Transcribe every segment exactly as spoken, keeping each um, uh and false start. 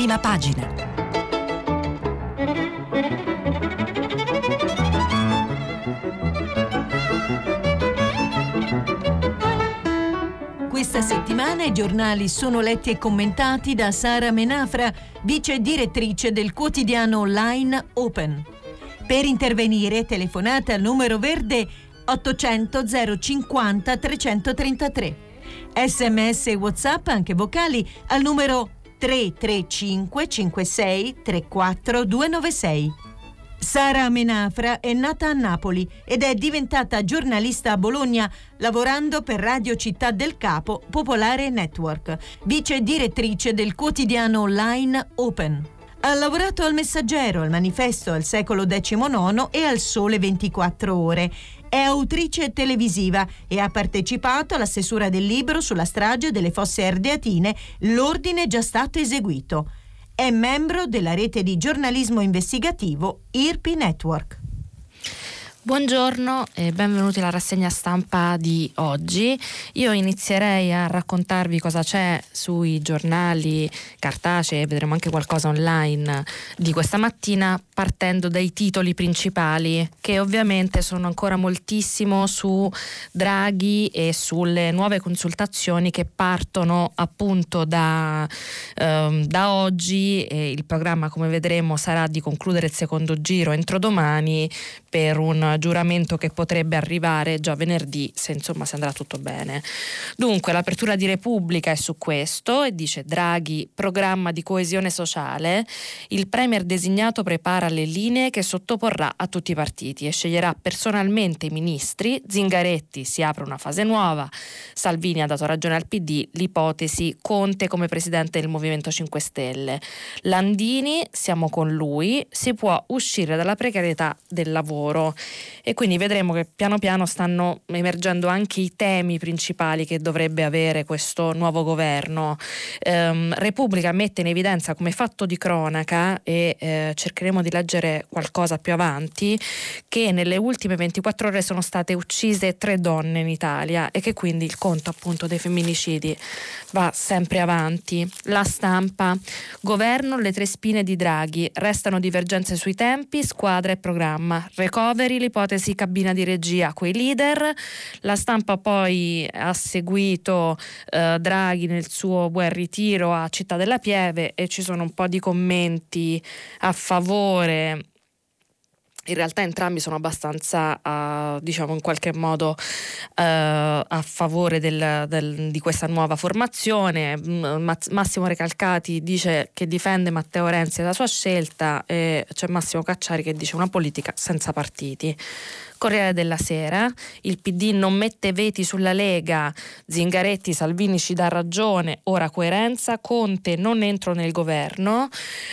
Prima pagina. Questa settimana i giornali sono letti e commentati da Sara Menafra, vice direttrice del quotidiano online Open. Per intervenire telefonate al numero verde ottocento zero cinquanta trecentotrentatré. Sms e WhatsApp anche vocali al numero tre tre cinque cinque sei tre quattro due nove sei. Sara Menafra è nata a Napoli ed è diventata giornalista a Bologna, lavorando per Radio Città del Capo Popolare Network, vice direttrice del quotidiano online Open. Ha lavorato al Messaggero, al Manifesto, al Secolo diciannove e al Sole ventiquattro Ore. È autrice televisiva e ha partecipato alla stesura del libro sulla strage delle Fosse Ardeatine, L'ordine è già stato eseguito. È membro della rete di giornalismo investigativo I R P I Network. Buongiorno e benvenuti alla rassegna stampa di oggi. Io inizierei a raccontarvi cosa c'è sui giornali cartacei, vedremo anche qualcosa online di questa mattina, partendo dai titoli principali, che ovviamente sono ancora moltissimo su Draghi e sulle nuove consultazioni che partono appunto da, ehm, da oggi. E il programma, come vedremo, sarà di concludere il secondo giro entro domani, per un giuramento che potrebbe arrivare già venerdì, se insomma se andrà tutto bene. Dunque l'apertura di Repubblica è su questo e dice: Draghi, programma di coesione sociale, il premier designato prepara le linee che sottoporrà a tutti i partiti e sceglierà personalmente i ministri. Zingaretti, si apre una fase nuova. Salvini ha dato ragione al P D, l'ipotesi Conte come presidente del Movimento cinque Stelle. Landini, siamo con lui, si può uscire dalla precarietà del lavoro. E quindi vedremo che piano piano stanno emergendo anche i temi principali che dovrebbe avere questo nuovo governo. ehm, Repubblica mette in evidenza come fatto di cronaca, e eh, cercheremo di leggere qualcosa più avanti, che nelle ultime ventiquattro ore sono state uccise tre donne in Italia e che quindi il conto appunto dei femminicidi va sempre avanti. La Stampa: governo, le tre spine di Draghi, restano divergenze sui tempi, squadra e programma. Recovery, l'ipotesi cabina di regia coi leader. La Stampa poi ha seguito eh, Draghi nel suo buon ritiro a Città della Pieve e ci sono un po' di commenti a favore. In realtà entrambi sono abbastanza, uh, diciamo in qualche modo, uh, a favore del, del, di questa nuova formazione. Massimo Recalcati dice che difende Matteo Renzi e la sua scelta, e c'è Massimo Cacciari che dice una politica senza partiti. Corriere della Sera: il P D non mette veti sulla Lega, Zingaretti, Salvini ci dà ragione, ora coerenza, Conte non entro nel governo.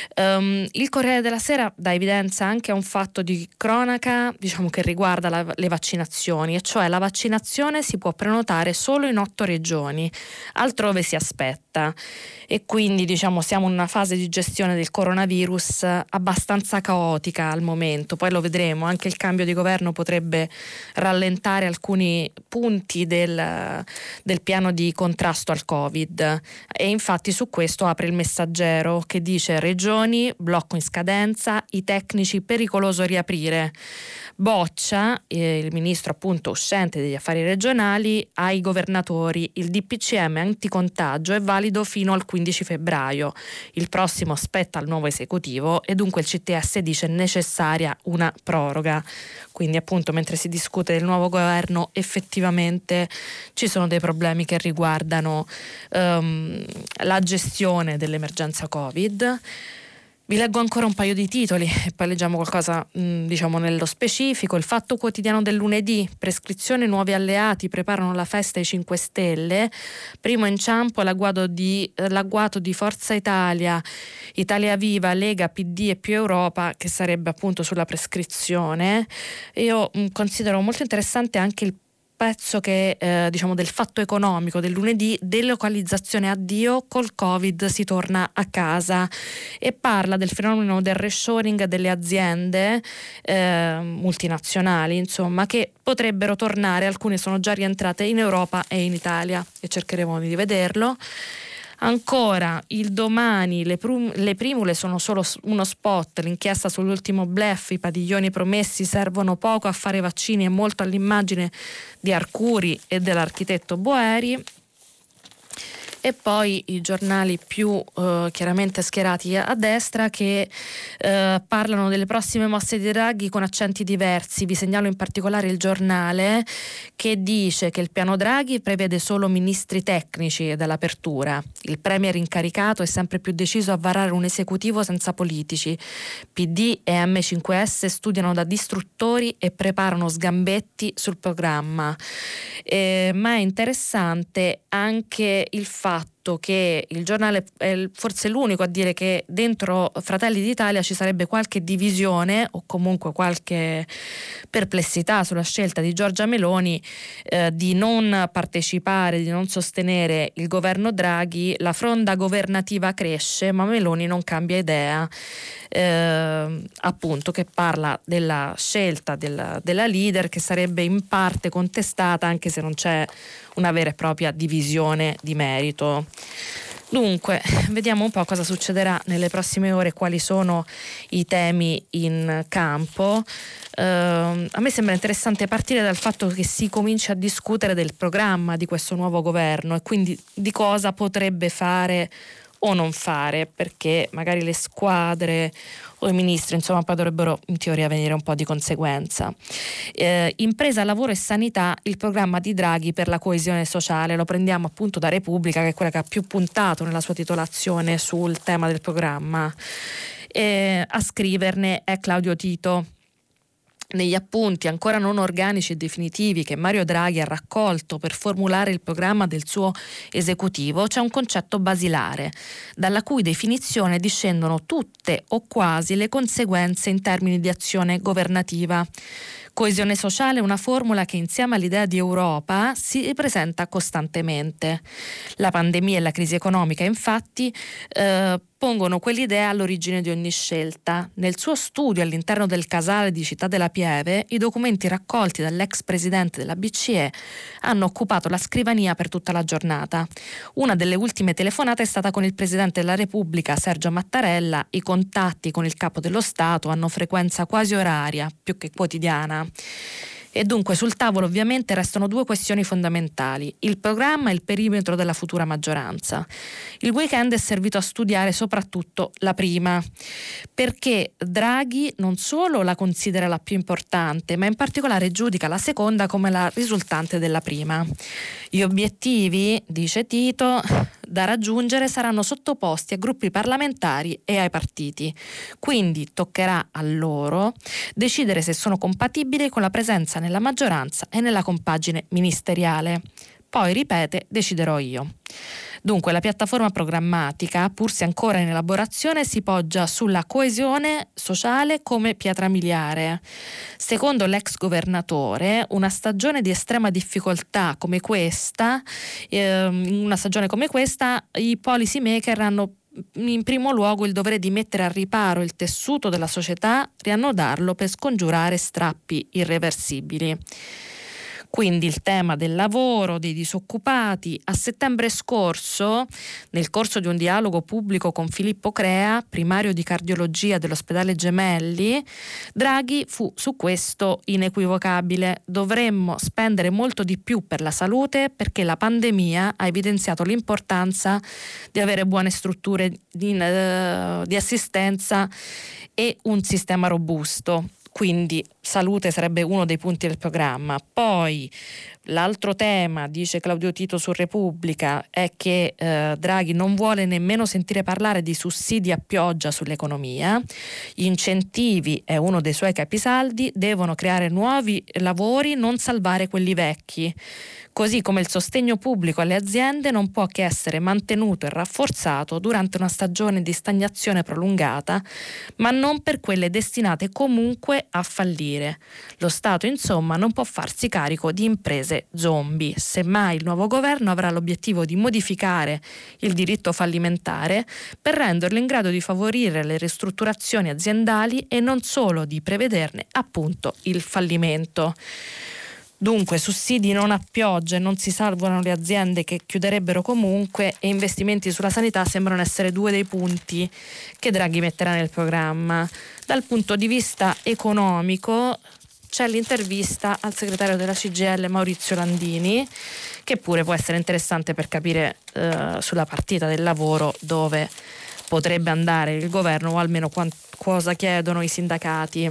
Um, il Corriere della Sera dà evidenza anche a un fatto di cronaca, diciamo, che riguarda la, le vaccinazioni, e cioè la vaccinazione si può prenotare solo in otto regioni, altrove si aspetta, e quindi diciamo siamo in una fase di gestione del coronavirus abbastanza caotica al momento. Poi lo vedremo, anche il cambio di governo potrebbe rallentare alcuni punti del, del piano di contrasto al Covid, e infatti su questo apre il Messaggero, che dice: regioni, blocco in scadenza, i tecnici pericoloso riaprire. Boccia, eh, il ministro appunto uscente degli affari regionali, ai governatori: il D P C M anticontagio è valido fino al quindici febbraio, il prossimo spetta al nuovo esecutivo e dunque il C T S dice necessaria una proroga. Quindi appunto mentre si discute del nuovo governo effettivamente ci sono dei problemi che riguardano um, la gestione dell'emergenza Covid. Vi leggo ancora un paio di titoli e poi leggiamo qualcosa mh, diciamo nello specifico. Il Fatto Quotidiano del lunedì: prescrizione, nuovi alleati, preparano la festa ai cinque Stelle, primo inciampo l'agguato di, eh, l'agguato di Forza Italia, Italia Viva, Lega, P D e più Europa, che sarebbe appunto sulla prescrizione. Io mh, considero molto interessante anche il pezzo che eh, diciamo del Fatto Economico del lunedì: delocalizzazione addio, col Covid si torna a casa, e parla del fenomeno del reshoring delle aziende eh, multinazionali, insomma, che potrebbero tornare. Alcune sono già rientrate in Europa e in Italia e cercheremo di vederlo. Ancora, il Domani, le, prum- le primule sono solo uno spot, l'inchiesta sull'ultimo bluff, i padiglioni promessi servono poco a fare vaccini e molto all'immagine di Arcuri e dell'architetto Boeri. E poi i giornali più eh, chiaramente schierati a destra che eh, parlano delle prossime mosse di Draghi con accenti diversi. Vi segnalo in particolare Il Giornale, che dice che il piano Draghi prevede solo ministri tecnici dall'apertura. Il premier incaricato è sempre più deciso a varare un esecutivo senza politici. P D e M cinque S studiano da distruttori e preparano sgambetti sul programma. Eh, ma è interessante anche il fatto che Il Giornale è forse l'unico a dire che dentro Fratelli d'Italia ci sarebbe qualche divisione o comunque qualche perplessità sulla scelta di Giorgia Meloni eh, di non partecipare, di non sostenere il governo Draghi. La fronda governativa cresce, ma Meloni non cambia idea. Eh, appunto, che parla della scelta della, della leader, che sarebbe in parte contestata anche se non c'è una vera e propria divisione di merito. Dunque, vediamo un po' cosa succederà nelle prossime ore, quali sono i temi in campo. Uh, a me sembra interessante partire dal fatto che si comincia a discutere del programma di questo nuovo governo e quindi di cosa potrebbe fare o non fare, perché magari le squadre o i ministri insomma poi dovrebbero in teoria venire un po' di conseguenza. Eh, impresa, lavoro e sanità, il programma di Draghi per la coesione sociale, lo prendiamo appunto da Repubblica, che è quella che ha più puntato nella sua titolazione sul tema del programma. Eh, a scriverne è Claudio Tito. Negli appunti ancora non organici e definitivi che Mario Draghi ha raccolto per formulare il programma del suo esecutivo c'è un concetto basilare, dalla cui definizione discendono tutte o quasi le conseguenze in termini di azione governativa. Coesione sociale è una formula che insieme all'idea di Europa si presenta costantemente. La pandemia e la crisi economica infatti eh, pongono quell'idea all'origine di ogni scelta. Nel suo studio all'interno del Casale di Città della Pieve, i documenti raccolti dall'ex presidente della B C E hanno occupato la scrivania per tutta la giornata. Una delle ultime telefonate è stata con il Presidente della Repubblica, Sergio Mattarella. I contatti con il Capo dello Stato hanno frequenza quasi oraria, più che quotidiana. E dunque sul tavolo ovviamente restano due questioni fondamentali: il programma e il perimetro della futura maggioranza. Il weekend è servito a studiare soprattutto la prima, perché Draghi non solo la considera la più importante, ma in particolare giudica la seconda come la risultante della prima. Gli obiettivi, dice Tito, da raggiungere saranno sottoposti a gruppi parlamentari e ai partiti. Quindi toccherà a loro decidere se sono compatibili con la presenza nella maggioranza e nella compagine ministeriale. Poi, ripete, deciderò io. Dunque la piattaforma programmatica, pur se ancora in elaborazione, si poggia sulla coesione sociale come pietra miliare. Secondo l'ex governatore, una stagione di estrema difficoltà come questa, ehm, in una stagione come questa, i policy maker hanno in primo luogo il dovere di mettere a riparo il tessuto della società, riannodarlo per scongiurare strappi irreversibili. Quindi il tema del lavoro, dei disoccupati. A settembre scorso, nel corso di un dialogo pubblico con Filippo Crea, primario di cardiologia dell'ospedale Gemelli, Draghi fu su questo inequivocabile: dovremmo spendere molto di più per la salute perché la pandemia ha evidenziato l'importanza di avere buone strutture di, uh, di assistenza e un sistema robusto. Quindi salute sarebbe uno dei punti del programma. Poi l'altro tema, dice Claudio Tito su Repubblica, è che eh, Draghi non vuole nemmeno sentire parlare di sussidi a pioggia sull'economia. Gli incentivi, è uno dei suoi capisaldi, devono creare nuovi lavori, non salvare quelli vecchi. Così come il sostegno pubblico alle aziende non può che essere mantenuto e rafforzato durante una stagione di stagnazione prolungata, ma non per quelle destinate comunque a fallire. Lo Stato, insomma, non può farsi carico di imprese zombie. Semmai il nuovo governo avrà l'obiettivo di modificare il diritto fallimentare per renderlo in grado di favorire le ristrutturazioni aziendali e non solo di prevederne appunto il fallimento. Dunque sussidi non a pioggia e non si salvano le aziende che chiuderebbero comunque, e investimenti sulla sanità sembrano essere due dei punti che Draghi metterà nel programma. Dal punto di vista economico c'è l'intervista al segretario della C G I L Maurizio Landini, che pure può essere interessante per capire eh, sulla partita del lavoro dove potrebbe andare il governo, o almeno quant- cosa chiedono i sindacati.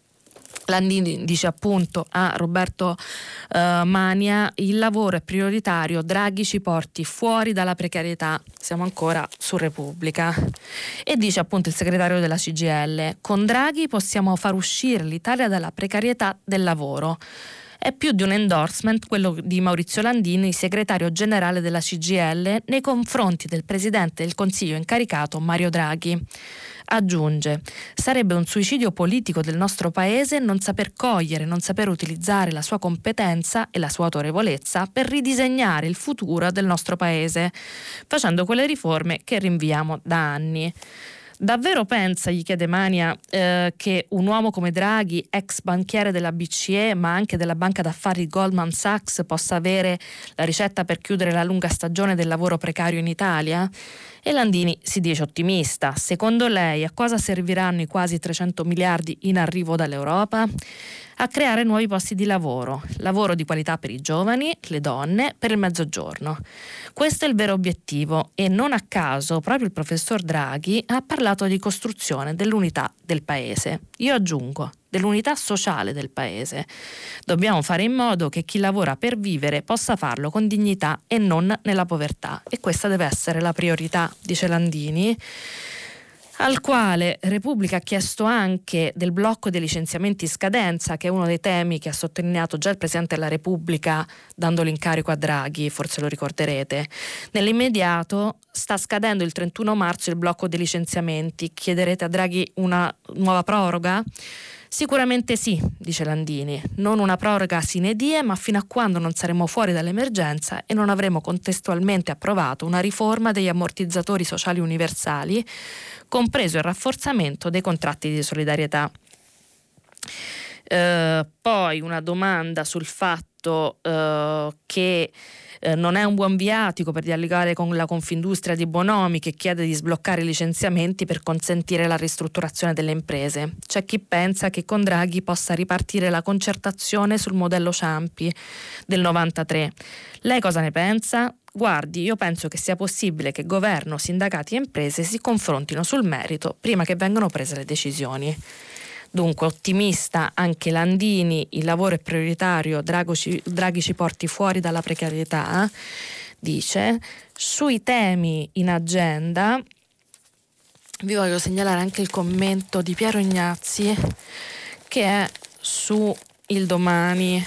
Landini dice appunto a Roberto eh, Mania: il lavoro è prioritario, Draghi ci porti fuori dalla precarietà. Siamo ancora su Repubblica. E dice appunto il segretario della C G I L: con Draghi possiamo far uscire l'Italia dalla precarietà del lavoro. È più di un endorsement quello di Maurizio Landini, segretario generale della C G I L, nei confronti del presidente del Consiglio incaricato Mario Draghi. Aggiunge: sarebbe un suicidio politico del nostro paese non saper cogliere, non saper utilizzare la sua competenza e la sua autorevolezza per ridisegnare il futuro del nostro paese, facendo quelle riforme che rinviamo da anni. Davvero pensa, gli chiede Mania, eh, che un uomo come Draghi, ex banchiere della B C E ma anche della banca d'affari Goldman Sachs, possa avere la ricetta per chiudere la lunga stagione del lavoro precario in Italia? E Landini si dice ottimista. Secondo lei a cosa serviranno i quasi trecento miliardi in arrivo dall'Europa? A creare nuovi posti di lavoro, lavoro di qualità per i giovani, le donne, per il mezzogiorno. Questo è il vero obiettivo, e non a caso proprio il professor Draghi ha parlato di costruzione dell'unità del paese. Io aggiungo, dell'unità sociale del paese. Dobbiamo fare in modo che chi lavora per vivere possa farlo con dignità e non nella povertà, e questa deve essere la priorità, dice Landini, al quale Repubblica ha chiesto anche del blocco dei licenziamenti in scadenza, che è uno dei temi che ha sottolineato già il Presidente della Repubblica dando l'incarico a Draghi, forse lo ricorderete. Nell'immediato sta scadendo il trentuno marzo il blocco dei licenziamenti. Chiederete a Draghi una nuova proroga? Sicuramente sì, dice Landini, non una proroga sine die, ma fino a quando non saremo fuori dall'emergenza e non avremo contestualmente approvato una riforma degli ammortizzatori sociali universali, compreso il rafforzamento dei contratti di solidarietà. Eh, poi una domanda sul fatto eh, che eh, non è un buon viatico per dialogare con la Confindustria di Bonomi, che chiede di sbloccare i licenziamenti per consentire la ristrutturazione delle imprese. C'è chi pensa che con Draghi possa ripartire la concertazione sul modello Ciampi del novantatré. Lei cosa ne pensa? Guardi, io penso che sia possibile che governo, sindacati e imprese si confrontino sul merito prima che vengano prese le decisioni. Dunque ottimista anche Landini, il lavoro è prioritario, Draghi ci, Draghi ci porti fuori dalla precarietà, dice. Sui temi in agenda vi voglio segnalare anche il commento di Piero Ignazzi, che è su Il Domani,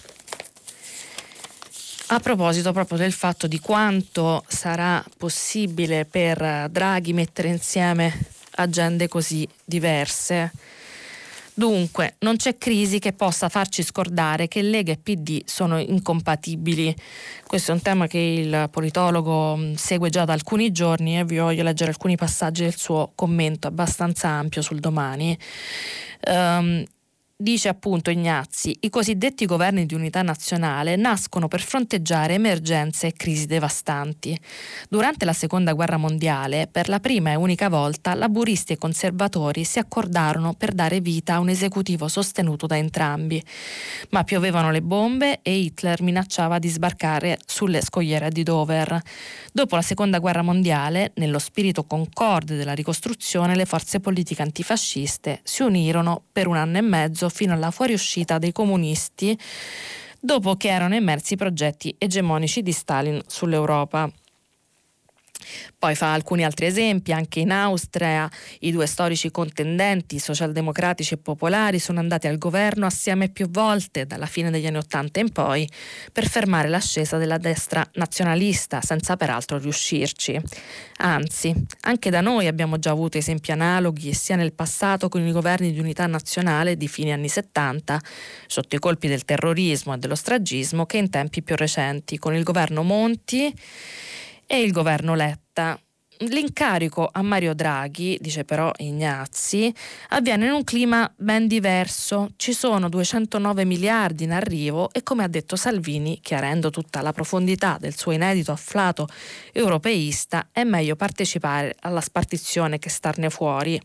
a proposito proprio del fatto di quanto sarà possibile per Draghi mettere insieme agende così diverse. Dunque, non c'è crisi che possa farci scordare che Lega e P D sono incompatibili. Questo è un tema che il politologo segue già da alcuni giorni, e vi voglio leggere alcuni passaggi del suo commento abbastanza ampio sul Domani. Um, Dice appunto Ignazzi: i cosiddetti governi di unità nazionale nascono per fronteggiare emergenze e crisi devastanti. Durante la seconda guerra mondiale, per la prima e unica volta, laburisti e conservatori si accordarono per dare vita a un esecutivo sostenuto da entrambi. Ma piovevano le bombe e Hitler minacciava di sbarcare sulle scogliere di Dover. Dopo la seconda guerra mondiale, nello spirito concorde della ricostruzione, le forze politiche antifasciste si unirono per un anno e mezzo fino alla fuoriuscita dei comunisti, dopo che erano emersi i progetti egemonici di Stalin sull'Europa. Poi fa alcuni altri esempi. Anche in Austria i due storici contendenti, socialdemocratici e popolari, sono andati al governo assieme più volte dalla fine degli anni Ottanta in poi per fermare l'ascesa della destra nazionalista, senza peraltro riuscirci. Anzi, anche da noi abbiamo già avuto esempi analoghi, sia nel passato con i governi di unità nazionale di fine anni settanta, sotto i colpi del terrorismo e dello stragismo, che in tempi più recenti con il governo Monti e il governo Letta. L'incarico a Mario Draghi, dice però Ignazzi, avviene in un clima ben diverso. Ci sono duecentonove miliardi in arrivo e, come ha detto Salvini, chiarendo tutta la profondità del suo inedito afflato europeista, è meglio partecipare alla spartizione che starne fuori.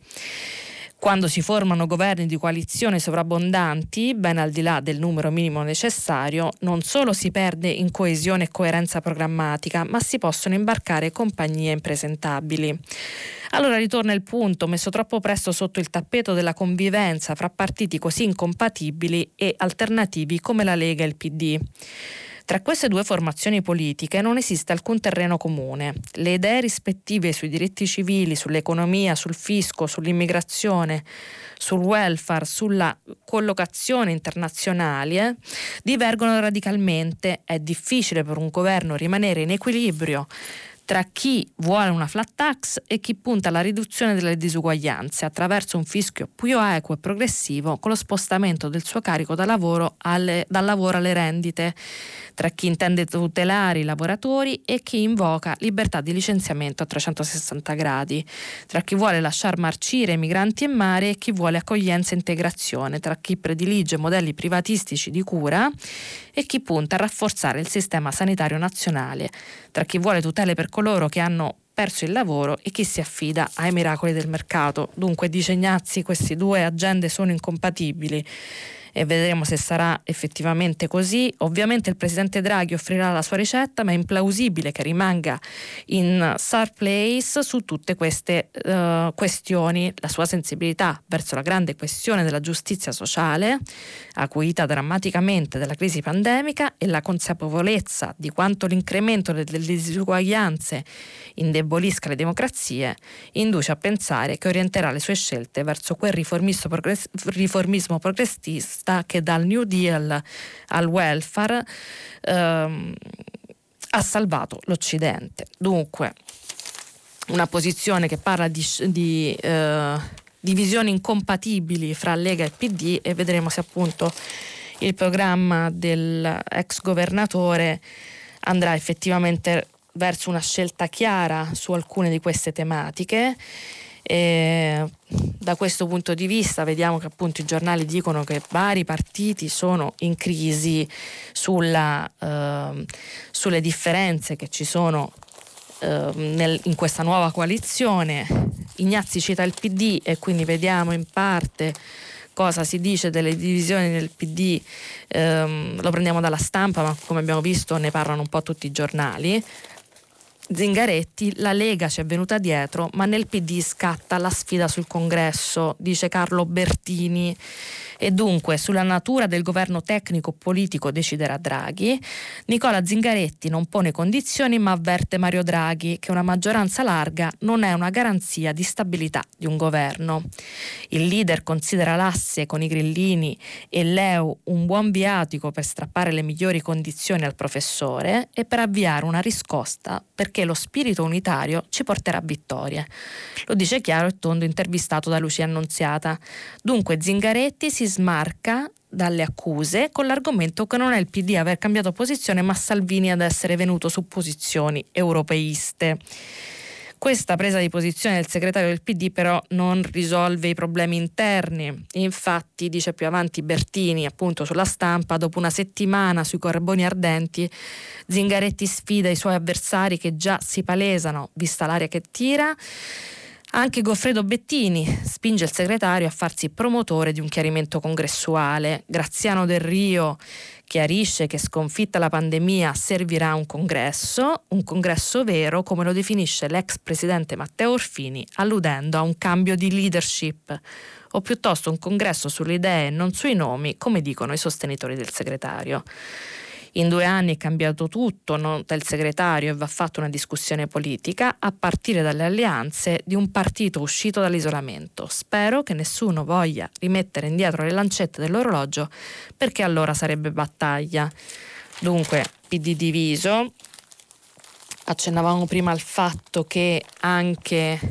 Quando si formano governi di coalizione sovrabbondanti, ben al di là del numero minimo necessario, non solo si perde in coesione e coerenza programmatica, ma si possono imbarcare compagnie impresentabili. Allora ritorna il punto, messo troppo presto sotto il tappeto della convivenza fra partiti così incompatibili e alternativi come la Lega e il P D. Tra queste due formazioni politiche non esiste alcun terreno comune. Le idee rispettive sui diritti civili, sull'economia, sul fisco, sull'immigrazione, sul welfare, sulla collocazione internazionale divergono radicalmente. È difficile per un governo rimanere in equilibrio tra chi vuole una flat tax e chi punta alla riduzione delle disuguaglianze attraverso un fisco più equo e progressivo con lo spostamento del suo carico da lavoro alle, dal lavoro alle rendite, tra chi intende tutelare i lavoratori e chi invoca libertà di licenziamento a trecentosessanta gradi, tra chi vuole lasciar marcire i migranti in mare e chi vuole accoglienza e integrazione, tra chi predilige modelli privatistici di cura e chi punta a rafforzare il sistema sanitario nazionale, tra chi vuole tutele per coloro che hanno perso il lavoro e chi si affida ai miracoli del mercato. Dunque, dice Ignazzi, queste due agende sono incompatibili e vedremo se sarà effettivamente così. Ovviamente il presidente Draghi offrirà la sua ricetta, ma è implausibile che rimanga in third place su tutte queste uh, questioni. La sua sensibilità verso la grande questione della giustizia sociale, acuita drammaticamente dalla crisi pandemica, e la consapevolezza di quanto l'incremento delle disuguaglianze indebolisca le democrazie, induce a pensare che orienterà le sue scelte verso quel riformismo, progress- riformismo progressista che dal New Deal al welfare ehm, ha salvato l'Occidente. Dunque, una posizione che parla di, di eh, divisioni incompatibili fra Lega e P D, e vedremo se appunto il programma dell'ex governatore andrà effettivamente verso una scelta chiara su alcune di queste tematiche. E da questo punto di vista vediamo che appunto i giornali dicono che vari partiti sono in crisi sulla, eh, sulle differenze che ci sono eh, nel, in questa nuova coalizione. Ignazzi cita il P D e quindi vediamo in parte cosa si dice delle divisioni nel P D. Ehm, lo prendiamo dalla stampa, ma come abbiamo visto ne parlano un po' tutti i giornali. Zingaretti, la Lega ci è venuta dietro, ma nel P D scatta la sfida sul congresso, dice Carlo Bertini. E dunque sulla natura del governo tecnico-politico deciderà Draghi. Nicola Zingaretti non pone condizioni, ma avverte Mario Draghi che una maggioranza larga non è una garanzia di stabilità di un governo. Il leader considera l'asse con i grillini e l'E U un buon viatico per strappare le migliori condizioni al professore e per avviare una riscossa perché lo spirito unitario ci porterà vittorie. Lo dice chiaro e tondo intervistato da Lucia Annunziata. Dunque Zingaretti si smarca dalle accuse con l'argomento che non è il P D a aver cambiato posizione, ma Salvini ad essere venuto su posizioni europeiste. Questa presa di posizione del segretario del P D però non risolve i problemi interni. Infatti, dice più avanti Bertini appunto sulla stampa, dopo una settimana sui carboni ardenti Zingaretti sfida i suoi avversari che già si palesano vista l'aria che tira. Anche Goffredo Bettini spinge il segretario a farsi promotore di un chiarimento congressuale. Graziano Del Rio chiarisce che sconfitta la pandemia servirà un congresso, un congresso vero, come lo definisce l'ex presidente Matteo Orfini, alludendo a un cambio di leadership, o piuttosto un congresso sulle idee e non sui nomi, come dicono i sostenitori del segretario. In due anni è cambiato tutto, nota il segretario, e va fatta una discussione politica a partire dalle alleanze di un partito uscito dall'isolamento. Spero che nessuno voglia rimettere indietro le lancette dell'orologio, perché allora sarebbe battaglia. Dunque, P D diviso. Accennavamo prima al fatto che anche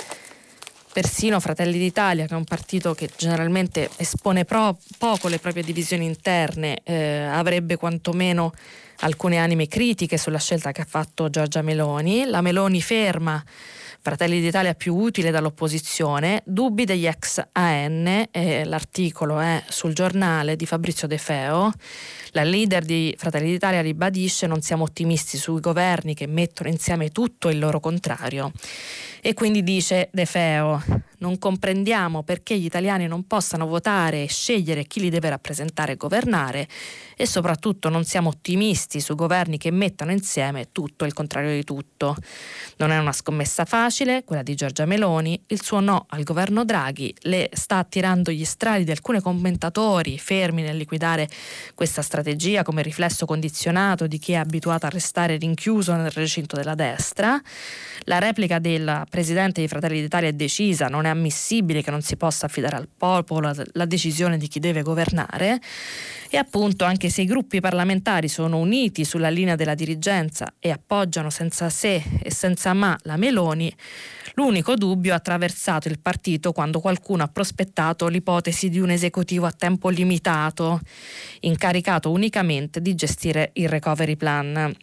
persino Fratelli d'Italia, che è un partito che generalmente espone pro- poco le proprie divisioni interne, eh, avrebbe quantomeno alcune anime critiche sulla scelta che ha fatto Giorgia Meloni. La Meloni ferma Fratelli d'Italia più utile dall'opposizione, dubbi degli ex A N, eh, l'articolo è sul Giornale di Fabrizio De Feo. La leader di Fratelli d'Italia ribadisce: non siamo ottimisti sui governi che mettono insieme tutto il loro contrario. E quindi dice De Feo: non comprendiamo perché gli italiani non possano votare e scegliere chi li deve rappresentare e governare, e soprattutto non siamo ottimisti su governi che mettano insieme tutto e il contrario di tutto. Non è una scommessa facile quella di Giorgia Meloni. Il suo no al governo Draghi le sta attirando gli strali di alcuni commentatori fermi nel liquidare questa strategia come riflesso condizionato di chi è abituato a restare rinchiuso nel recinto della destra. La replica del presidente di Fratelli d'Italia è decisa: non è ammissibile che non si possa affidare al popolo la decisione di chi deve governare. E appunto, anche se i gruppi parlamentari sono uniti sulla linea della dirigenza e appoggiano senza se e senza ma la Meloni, l'unico dubbio ha attraversato il partito quando qualcuno ha prospettato l'ipotesi di un esecutivo a tempo limitato, incaricato unicamente di gestire il recovery plan.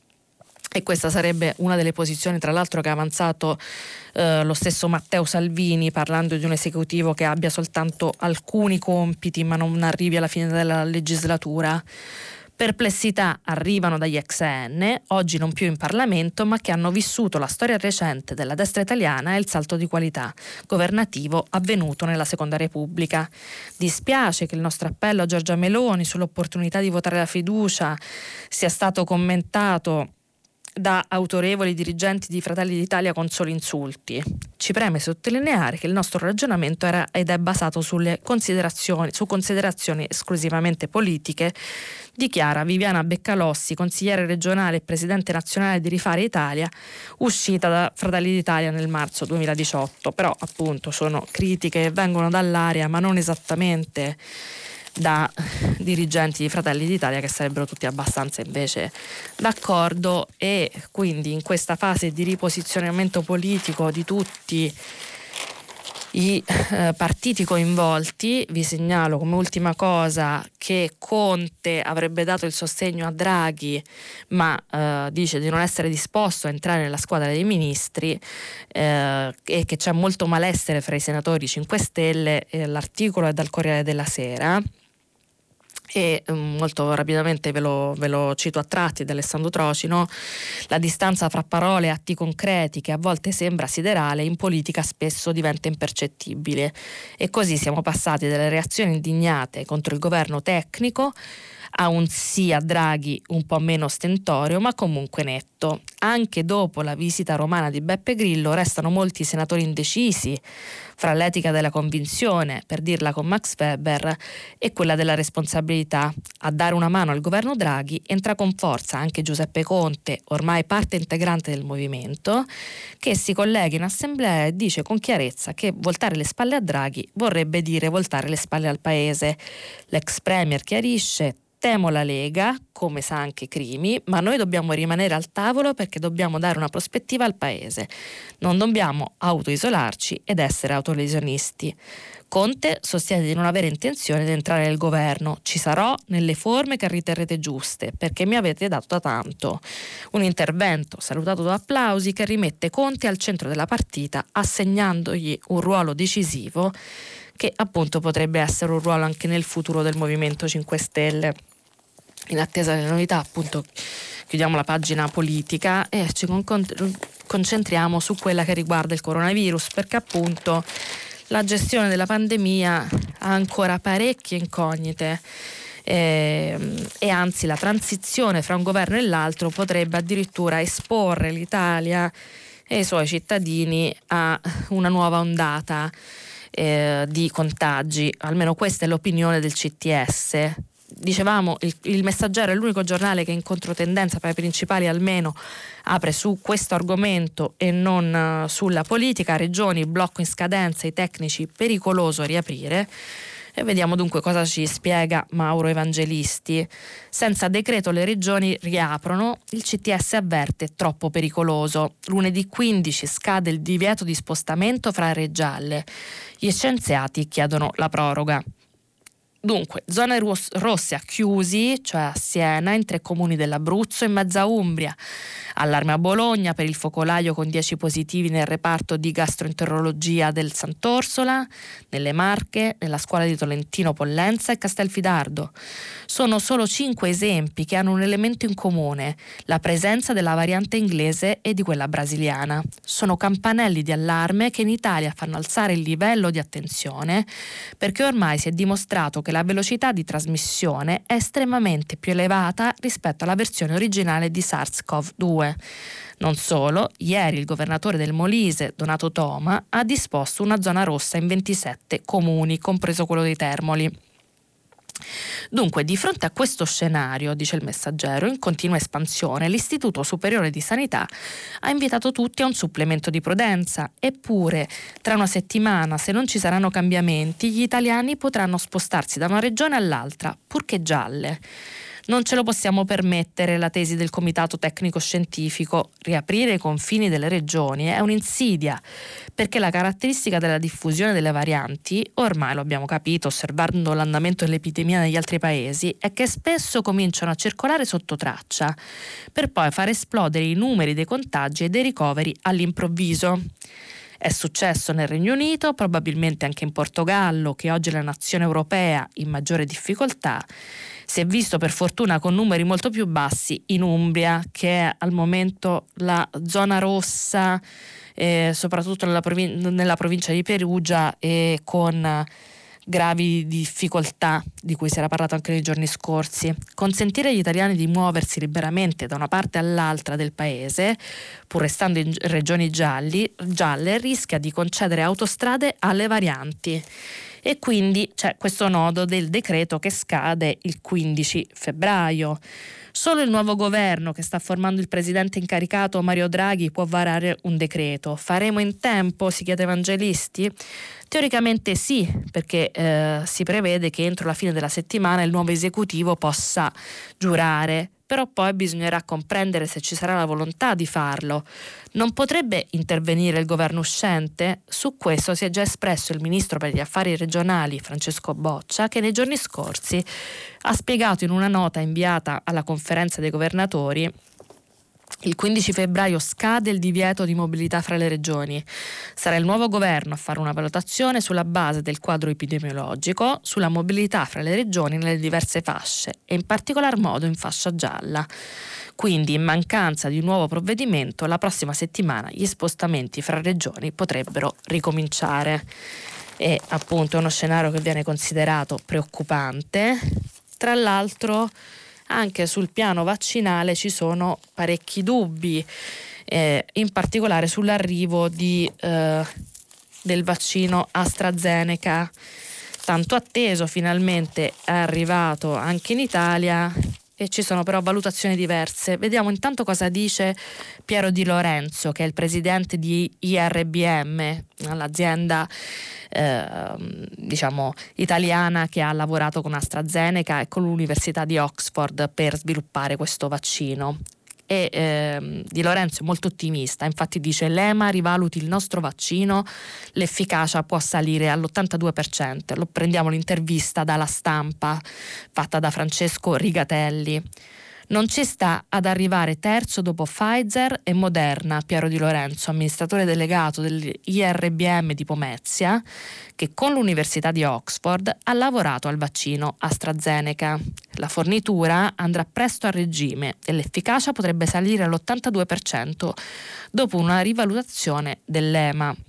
E questa sarebbe una delle posizioni, tra l'altro, che ha avanzato eh, lo stesso Matteo Salvini, parlando di un esecutivo che abbia soltanto alcuni compiti ma non arrivi alla fine della legislatura. Perplessità arrivano dagli ex A N, oggi non più in Parlamento, ma che hanno vissuto la storia recente della destra italiana e il salto di qualità governativo avvenuto nella Seconda Repubblica. Dispiace che il nostro appello a Giorgia Meloni sull'opportunità di votare la fiducia sia stato commentato da autorevoli dirigenti di Fratelli d'Italia con soli insulti. Ci preme sottolineare che il nostro ragionamento era ed è basato sulle considerazioni, su considerazioni esclusivamente politiche, dichiara Viviana Beccalossi, consigliere regionale e presidente nazionale di Rifare Italia, uscita da Fratelli d'Italia nel marzo duemiladiciotto. Però appunto sono critiche che vengono dall'area, ma non esattamente da dirigenti di Fratelli d'Italia, che sarebbero tutti abbastanza invece d'accordo. E quindi in questa fase di riposizionamento politico di tutti i eh, partiti coinvolti, vi segnalo come ultima cosa che Conte avrebbe dato il sostegno a Draghi, ma eh, dice di non essere disposto a entrare nella squadra dei ministri, eh, e che c'è molto malessere fra i senatori cinque Stelle. Eh, l'articolo è dal Corriere della Sera. E molto rapidamente ve lo, ve lo cito a tratti, da Alessandro Trocino: la distanza fra parole e atti concreti, che a volte sembra siderale, in politica spesso diventa impercettibile. E così siamo passati dalle reazioni indignate contro il governo tecnico a un sì a Draghi un po' meno stentoreo, ma comunque netto. Anche dopo la visita romana di Beppe Grillo restano molti senatori indecisi fra l'etica della convinzione, per dirla con Max Weber, e quella della responsabilità. A dare una mano al governo Draghi entra con forza anche Giuseppe Conte, ormai parte integrante del movimento, che si collega in assemblea e dice con chiarezza che voltare le spalle a Draghi vorrebbe dire voltare le spalle al paese. L'ex premier chiarisce: temo la Lega, come sa anche Crimi, ma noi dobbiamo rimanere al tavolo perché dobbiamo dare una prospettiva al paese. Non dobbiamo autoisolarci ed essere autolesionisti. Conte sostiene di non avere intenzione di entrare nel governo. Ci sarò nelle forme che riterrete giuste, perché mi avete dato da tanto. Un intervento salutato da applausi che rimette Conte al centro della partita, assegnandogli un ruolo decisivo che appunto potrebbe essere un ruolo anche nel futuro del Movimento cinque Stelle. In attesa delle novità, appunto, chiudiamo la pagina politica e ci con- concentriamo su quella che riguarda il coronavirus, perché appunto la gestione della pandemia ha ancora parecchie incognite e, e anzi la transizione fra un governo e l'altro potrebbe addirittura esporre l'Italia e i suoi cittadini a una nuova ondata eh, di contagi. Almeno questa è l'opinione del C T S. Dicevamo, il, il Messaggero è l'unico giornale che in controtendenza, tra i principali almeno, apre su questo argomento e non uh, sulla politica. Regioni, blocco in scadenza, i tecnici, pericoloso riaprire. E vediamo dunque cosa ci spiega Mauro Evangelisti. Senza decreto le regioni riaprono, il C T S avverte troppo pericoloso. Lunedì quindici scade il divieto di spostamento fra aree gialle. Gli scienziati chiedono la proroga. Dunque, zone ros- rosse a Chiusi, cioè a Siena, in tre comuni dell'Abruzzo e mezza Umbria. Allarme a Bologna per il focolaio con dieci positivi nel reparto di gastroenterologia del Sant'Orsola, nelle Marche, nella scuola di Tolentino Pollenza e Castelfidardo. Sono solo cinque esempi che hanno un elemento in comune, la presenza della variante inglese e di quella brasiliana. Sono campanelli di allarme che in Italia fanno alzare il livello di attenzione, perché ormai si è dimostrato che la velocità di trasmissione è estremamente più elevata rispetto alla versione originale di SARS-CoV due. Non solo, ieri il governatore del Molise, Donato Toma, ha disposto una zona rossa in ventisette comuni, compreso quello dei Termoli. Dunque, di fronte a questo scenario, dice il Messaggero, in continua espansione, l'Istituto Superiore di Sanità ha invitato tutti a un supplemento di prudenza. Eppure, tra una settimana, se non ci saranno cambiamenti, gli italiani potranno spostarsi da una regione all'altra, purché gialle. Non ce lo possiamo permettere, la tesi del Comitato Tecnico Scientifico. Riaprire i confini delle regioni è un'insidia, perché la caratteristica della diffusione delle varianti, ormai lo abbiamo capito osservando l'andamento dell'epidemia negli altri paesi, è che spesso cominciano a circolare sotto traccia, per poi far esplodere i numeri dei contagi e dei ricoveri all'improvviso. È successo nel Regno Unito, probabilmente anche in Portogallo, che oggi è la nazione europea in maggiore difficoltà. Si è visto per fortuna con numeri molto più bassi in Umbria, che è al momento la zona rossa, eh, soprattutto nella, provin- nella provincia di Perugia, e con gravi difficoltà di cui si era parlato anche nei giorni scorsi. Consentire agli italiani di muoversi liberamente da una parte all'altra del paese, pur restando in regioni gialli, gialle, rischia di concedere autostrade alle varianti. E quindi c'è questo nodo del decreto che scade il quindici febbraio. Solo il nuovo governo che sta formando il presidente incaricato Mario Draghi può varare un decreto. Faremo in tempo? Si chiede Evangelisti. Teoricamente sì, perché eh, si prevede che entro la fine della settimana il nuovo esecutivo possa giurare, però poi bisognerà comprendere se ci sarà la volontà di farlo. Non potrebbe intervenire il governo uscente? Su questo si è già espresso il ministro per gli affari regionali Francesco Boccia, che nei giorni scorsi ha spiegato in una nota inviata alla conferenza dei governatori: il quindici febbraio scade il divieto di mobilità fra le regioni. Sarà il nuovo governo a fare una valutazione sulla base del quadro epidemiologico sulla mobilità fra le regioni nelle diverse fasce e in particolar modo in fascia gialla. Quindi, in mancanza di un nuovo provvedimento, la prossima settimana gli spostamenti fra regioni potrebbero ricominciare. E appunto è uno scenario che viene considerato preoccupante. Tra l'altro, anche sul piano vaccinale ci sono parecchi dubbi, eh, in particolare sull'arrivo di, eh, del vaccino AstraZeneca, tanto atteso, finalmente è arrivato anche in Italia, e ci sono però valutazioni diverse. Vediamo intanto cosa dice Piero Di Lorenzo, che è il presidente di I R B M, l'azienda eh, diciamo italiana che ha lavorato con AstraZeneca e con l'Università di Oxford per sviluppare questo vaccino. E eh, Di Lorenzo è molto ottimista, infatti dice: l'E M A rivaluti il nostro vaccino, l'efficacia può salire all'ottantadue per cento. Lo prendiamo l'intervista dalla Stampa fatta da Francesco Rigatelli. Non ci sta ad arrivare terzo dopo Pfizer e Moderna, Piero Di Lorenzo, amministratore delegato dell'I R B M di Pomezia, che con l'Università di Oxford ha lavorato al vaccino AstraZeneca. La fornitura andrà presto a regime e l'efficacia potrebbe salire all'ottantadue per cento dopo una rivalutazione dell'E M A.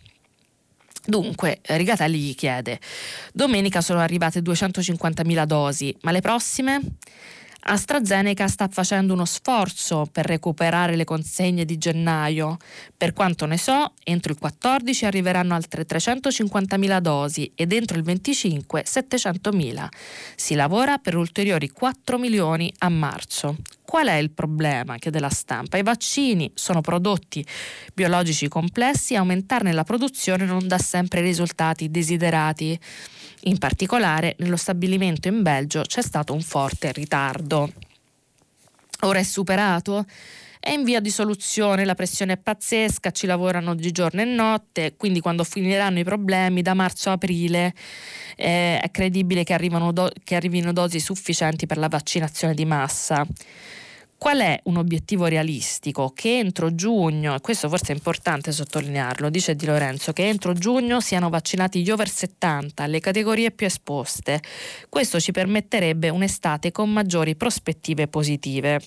Dunque, Rigatelli gli chiede: domenica sono arrivate duecentocinquantamila dosi, ma le prossime? AstraZeneca sta facendo uno sforzo per recuperare le consegne di gennaio. Per quanto ne so, entro il quattordici arriveranno altre trecentocinquantamila dosi ed entro il venticinque settecentomila. Si lavora per ulteriori quattro milioni a marzo. Qual è il problema? Chiede la Stampa. I vaccini sono prodotti biologici complessi e aumentarne la produzione non dà sempre i risultati desiderati. In particolare, nello stabilimento in Belgio c'è stato un forte ritardo. Ora è superato? è in via di soluzione, la pressione è pazzesca, ci lavorano di giorno e notte, quindi quando finiranno i problemi da marzo a aprile eh, è credibile che, arrivano do- che arrivino dosi sufficienti per la vaccinazione di massa. Qual è un obiettivo realistico? Che entro giugno, e questo forse è importante sottolinearlo, dice Di Lorenzo, che entro giugno siano vaccinati gli over settanta, le categorie più esposte. Questo ci permetterebbe un'estate con maggiori prospettive positive.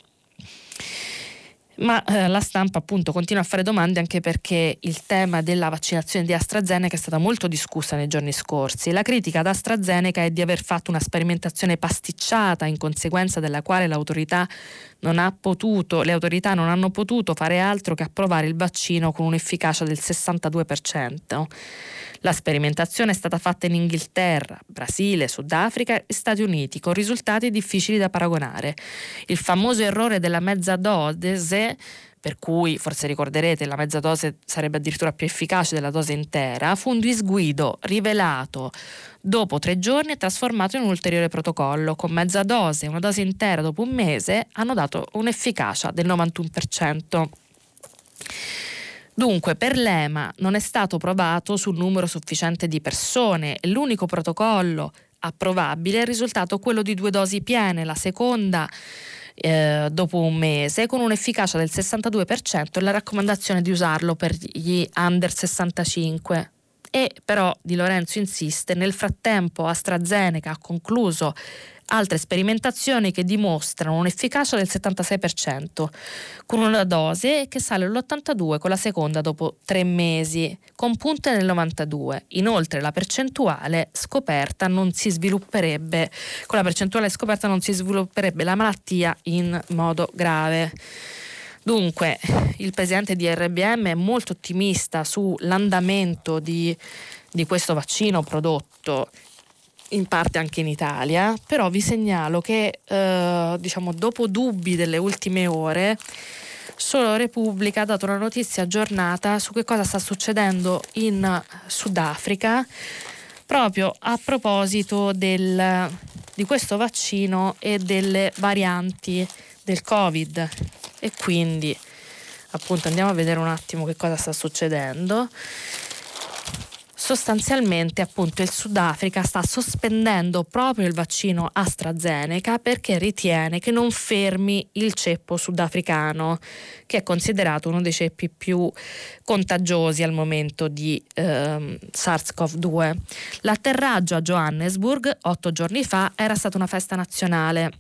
Ma eh, la stampa appunto continua a fare domande, anche perché il tema della vaccinazione di AstraZeneca è stata molto discussa nei giorni scorsi. La critica ad AstraZeneca è di aver fatto una sperimentazione pasticciata, in conseguenza della quale l'autorità non ha potuto, le autorità non hanno potuto fare altro che approvare il vaccino con un'efficacia del sessantadue per cento. La sperimentazione è stata fatta in Inghilterra, Brasile, Sudafrica e Stati Uniti, con risultati difficili da paragonare. Il famoso errore della mezza dose, per cui forse ricorderete la mezza dose sarebbe addirittura più efficace della dose intera, fu un disguido rivelato dopo tre giorni e trasformato in un ulteriore protocollo. Con mezza dose e una dose intera dopo un mese hanno dato un'efficacia del novantuno per cento. Dunque, per l'E M A non è stato provato sul numero sufficiente di persone e l'unico protocollo approvabile è risultato quello di due dosi piene, la seconda eh, dopo un mese, con un'efficacia del sessantadue per cento e la raccomandazione di usarlo per gli under sessantacinque. E però Di Lorenzo insiste, nel frattempo AstraZeneca ha concluso altre sperimentazioni che dimostrano un'efficacia del settantasei per cento con una dose che sale all'ottantadue per cento con la seconda dopo tre mesi, con punte nel novantadue. Inoltre la percentuale scoperta non si svilupperebbe, con la percentuale scoperta non si svilupperebbe la malattia in modo grave. Dunque, il presidente di R B M è molto ottimista sull'andamento di, di questo vaccino prodotto in parte anche in Italia, però vi segnalo che eh, diciamo dopo dubbi delle ultime ore, solo Repubblica ha dato una notizia aggiornata su che cosa sta succedendo in Sudafrica proprio a proposito del, di questo vaccino e delle varianti del Covid. E quindi appunto andiamo a vedere un attimo che cosa sta succedendo. Sostanzialmente appunto il Sudafrica sta sospendendo proprio il vaccino AstraZeneca perché ritiene che non fermi il ceppo sudafricano, che è considerato uno dei ceppi più contagiosi al momento di ehm, SARS-CoV due. L'atterraggio a Johannesburg otto giorni fa era stata una festa nazionale.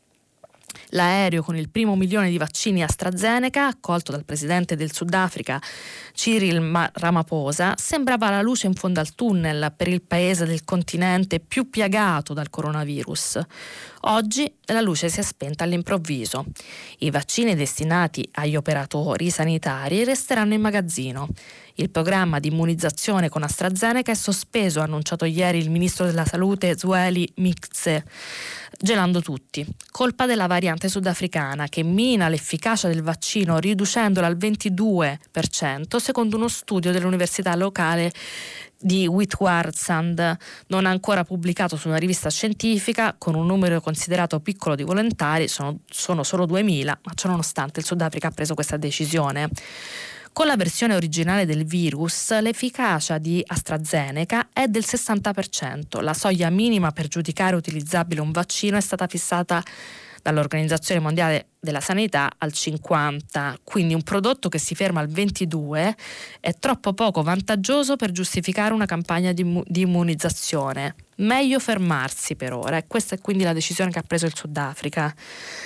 L'aereo con il primo milione di vaccini AstraZeneca, accolto dal presidente del Sudafrica Cyril Ramaphosa, sembrava la luce in fondo al tunnel per il paese del continente più piagato dal coronavirus. Oggi la luce si è spenta all'improvviso. I vaccini destinati agli operatori sanitari resteranno in magazzino. Il programma di immunizzazione con AstraZeneca è sospeso, ha annunciato ieri il ministro della salute Zweli Mkhize, gelando tutti. Colpa della variante sudafricana che mina l'efficacia del vaccino riducendola al ventidue per cento, secondo uno studio dell'università locale di Witwatersrand, non ancora pubblicato su una rivista scientifica, con un numero considerato piccolo di volontari, sono, sono solo duemila, ma ciononostante il Sudafrica ha preso questa decisione. Con la versione originale del virus, l'efficacia di AstraZeneca è del sessanta per cento. La soglia minima per giudicare utilizzabile un vaccino è stata fissata dall'Organizzazione Mondiale della Sanità al cinquanta, quindi un prodotto che si ferma al ventidue è troppo poco vantaggioso per giustificare una campagna di, di immunizzazione. Meglio fermarsi per ora, e questa è quindi la decisione che ha preso il Sudafrica.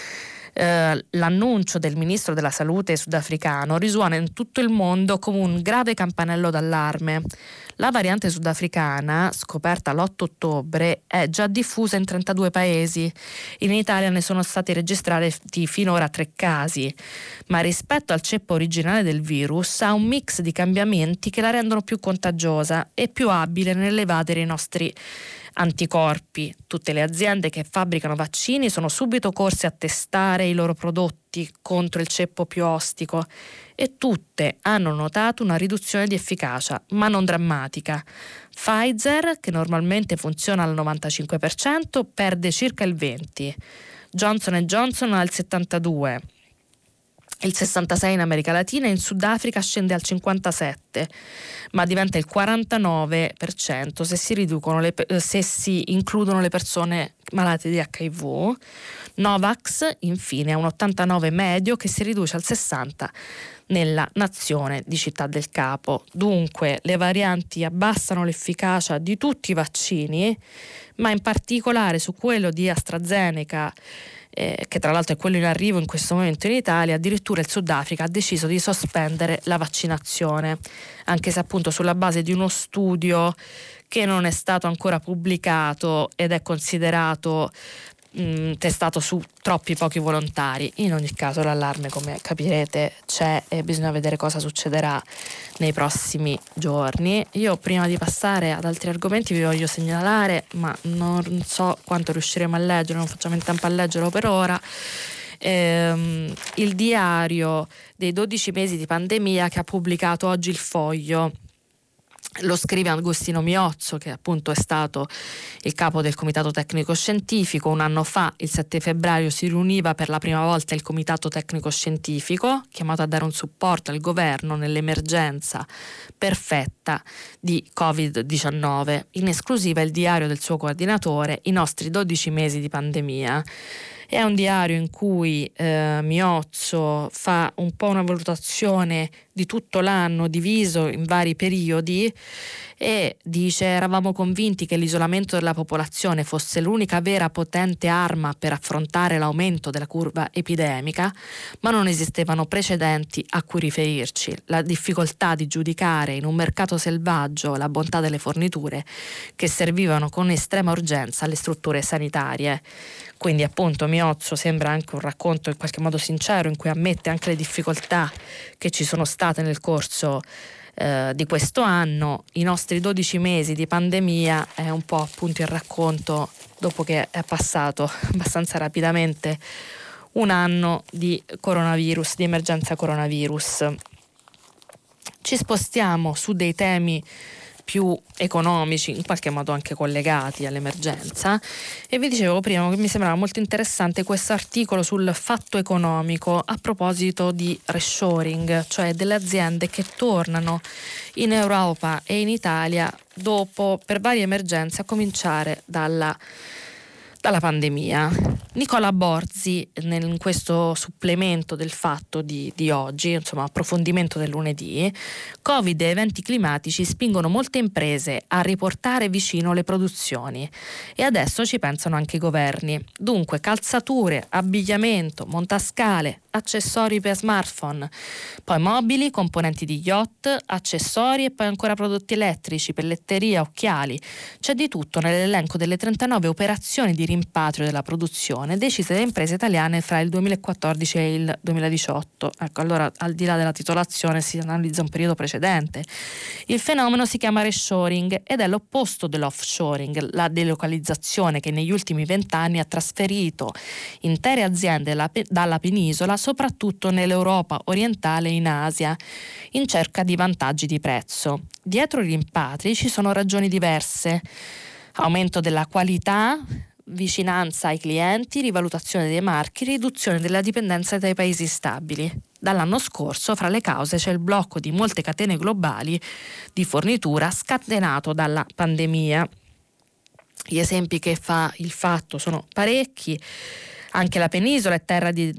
Eh, l'annuncio del ministro della salute sudafricano risuona in tutto il mondo come un grave campanello d'allarme. La variante sudafricana, scoperta l'otto ottobre, è già diffusa in trentadue paesi. In Italia ne sono stati registrati finora tre casi, ma rispetto al ceppo originale del virus ha un mix di cambiamenti che la rendono più contagiosa e più abile nell'evadere i nostri anticorpi. Tutte le aziende che fabbricano vaccini sono subito corse a testare i loro prodotti contro il ceppo più ostico e tutte hanno notato una riduzione di efficacia, ma non drammatica. Pfizer, che normalmente funziona al novantacinque per cento, perde circa il venti per cento, Johnson and Johnson al settantadue per cento, il sessantasei in America Latina e in Sudafrica scende al cinquantasette, ma diventa il quarantanove per cento se si riducono le, se si includono le persone malate di acca i vu. Novax infine ha un ottantanove medio che si riduce al sessanta nella nazione di Città del Capo. Dunque le varianti abbassano l'efficacia di tutti i vaccini, ma in particolare su quello di AstraZeneca, eh, che tra l'altro è quello in arrivo in questo momento in Italia. Addirittura il Sudafrica ha deciso di sospendere la vaccinazione, anche se appunto sulla base di uno studio che non è stato ancora pubblicato ed è considerato mh, testato su troppi pochi volontari. In ogni caso l'allarme, come capirete, c'è e bisogna vedere cosa succederà nei prossimi giorni. Io prima di passare ad altri argomenti vi voglio segnalare, ma non so quanto riusciremo a leggere, non facciamo in tempo a leggerlo per ora, ehm, il diario dei dodici mesi di pandemia che ha pubblicato oggi il Foglio. Lo scrive Agostino Miozzo, che appunto è stato il capo del Comitato Tecnico Scientifico. Un anno fa, il sette febbraio, si riuniva per la prima volta il Comitato Tecnico Scientifico, chiamato a dare un supporto al governo nell'emergenza perfetta di covid diciannove. In esclusiva il diario del suo coordinatore, I nostri dodici mesi di pandemia. È un diario in cui eh, Miozzo fa un po' una valutazione di tutto l'anno diviso in vari periodi e dice: eravamo convinti che l'isolamento della popolazione fosse l'unica vera potente arma per affrontare l'aumento della curva epidemica, ma non esistevano precedenti a cui riferirci. La difficoltà di giudicare in un mercato selvaggio la bontà delle forniture che servivano con estrema urgenza alle strutture sanitarie. Quindi appunto Miozzo sembra anche un racconto in qualche modo sincero, in cui ammette anche le difficoltà che ci sono state nel corso eh, di questo anno. I nostri dodici mesi di pandemia è un po' appunto il racconto, dopo che è passato abbastanza rapidamente un anno di coronavirus, di emergenza coronavirus. Ci spostiamo su dei temi più economici, in qualche modo anche collegati all'emergenza, e vi dicevo prima che mi sembrava molto interessante questo articolo sul Fatto Economico a proposito di reshoring, cioè delle aziende che tornano in Europa e in Italia dopo, per varie emergenze, a cominciare dalla dalla pandemia. Nicola Borzi, in questo supplemento del Fatto di, di oggi, insomma approfondimento del lunedì, Covid e eventi climatici spingono molte imprese a riportare vicino le produzioni e adesso ci pensano anche i governi. Dunque calzature, abbigliamento, montascale, accessori per smartphone, poi mobili, componenti di yacht, accessori e poi ancora prodotti elettrici, pelletteria, occhiali. C'è di tutto nell'elenco delle trentanove operazioni di rimpatrio della produzione decise da imprese italiane fra il duemilaquattordici e il duemiladiciotto. Ecco, allora al di là della titolazione si analizza un periodo precedente. Il fenomeno si chiama reshoring ed è l'opposto dell'offshoring, la delocalizzazione che negli ultimi vent'anni ha trasferito intere aziende dalla penisola, soprattutto nell'Europa orientale e in Asia, in cerca di vantaggi di prezzo. Dietro i rimpatri ci sono ragioni diverse: aumento della qualità, vicinanza ai clienti, rivalutazione dei marchi, riduzione della dipendenza dai paesi stabili. Dall'anno scorso, fra le cause, c'è il blocco di molte catene globali di fornitura scatenato dalla pandemia. Gli esempi che fa il Fatto sono parecchi. Anche la penisola è terra di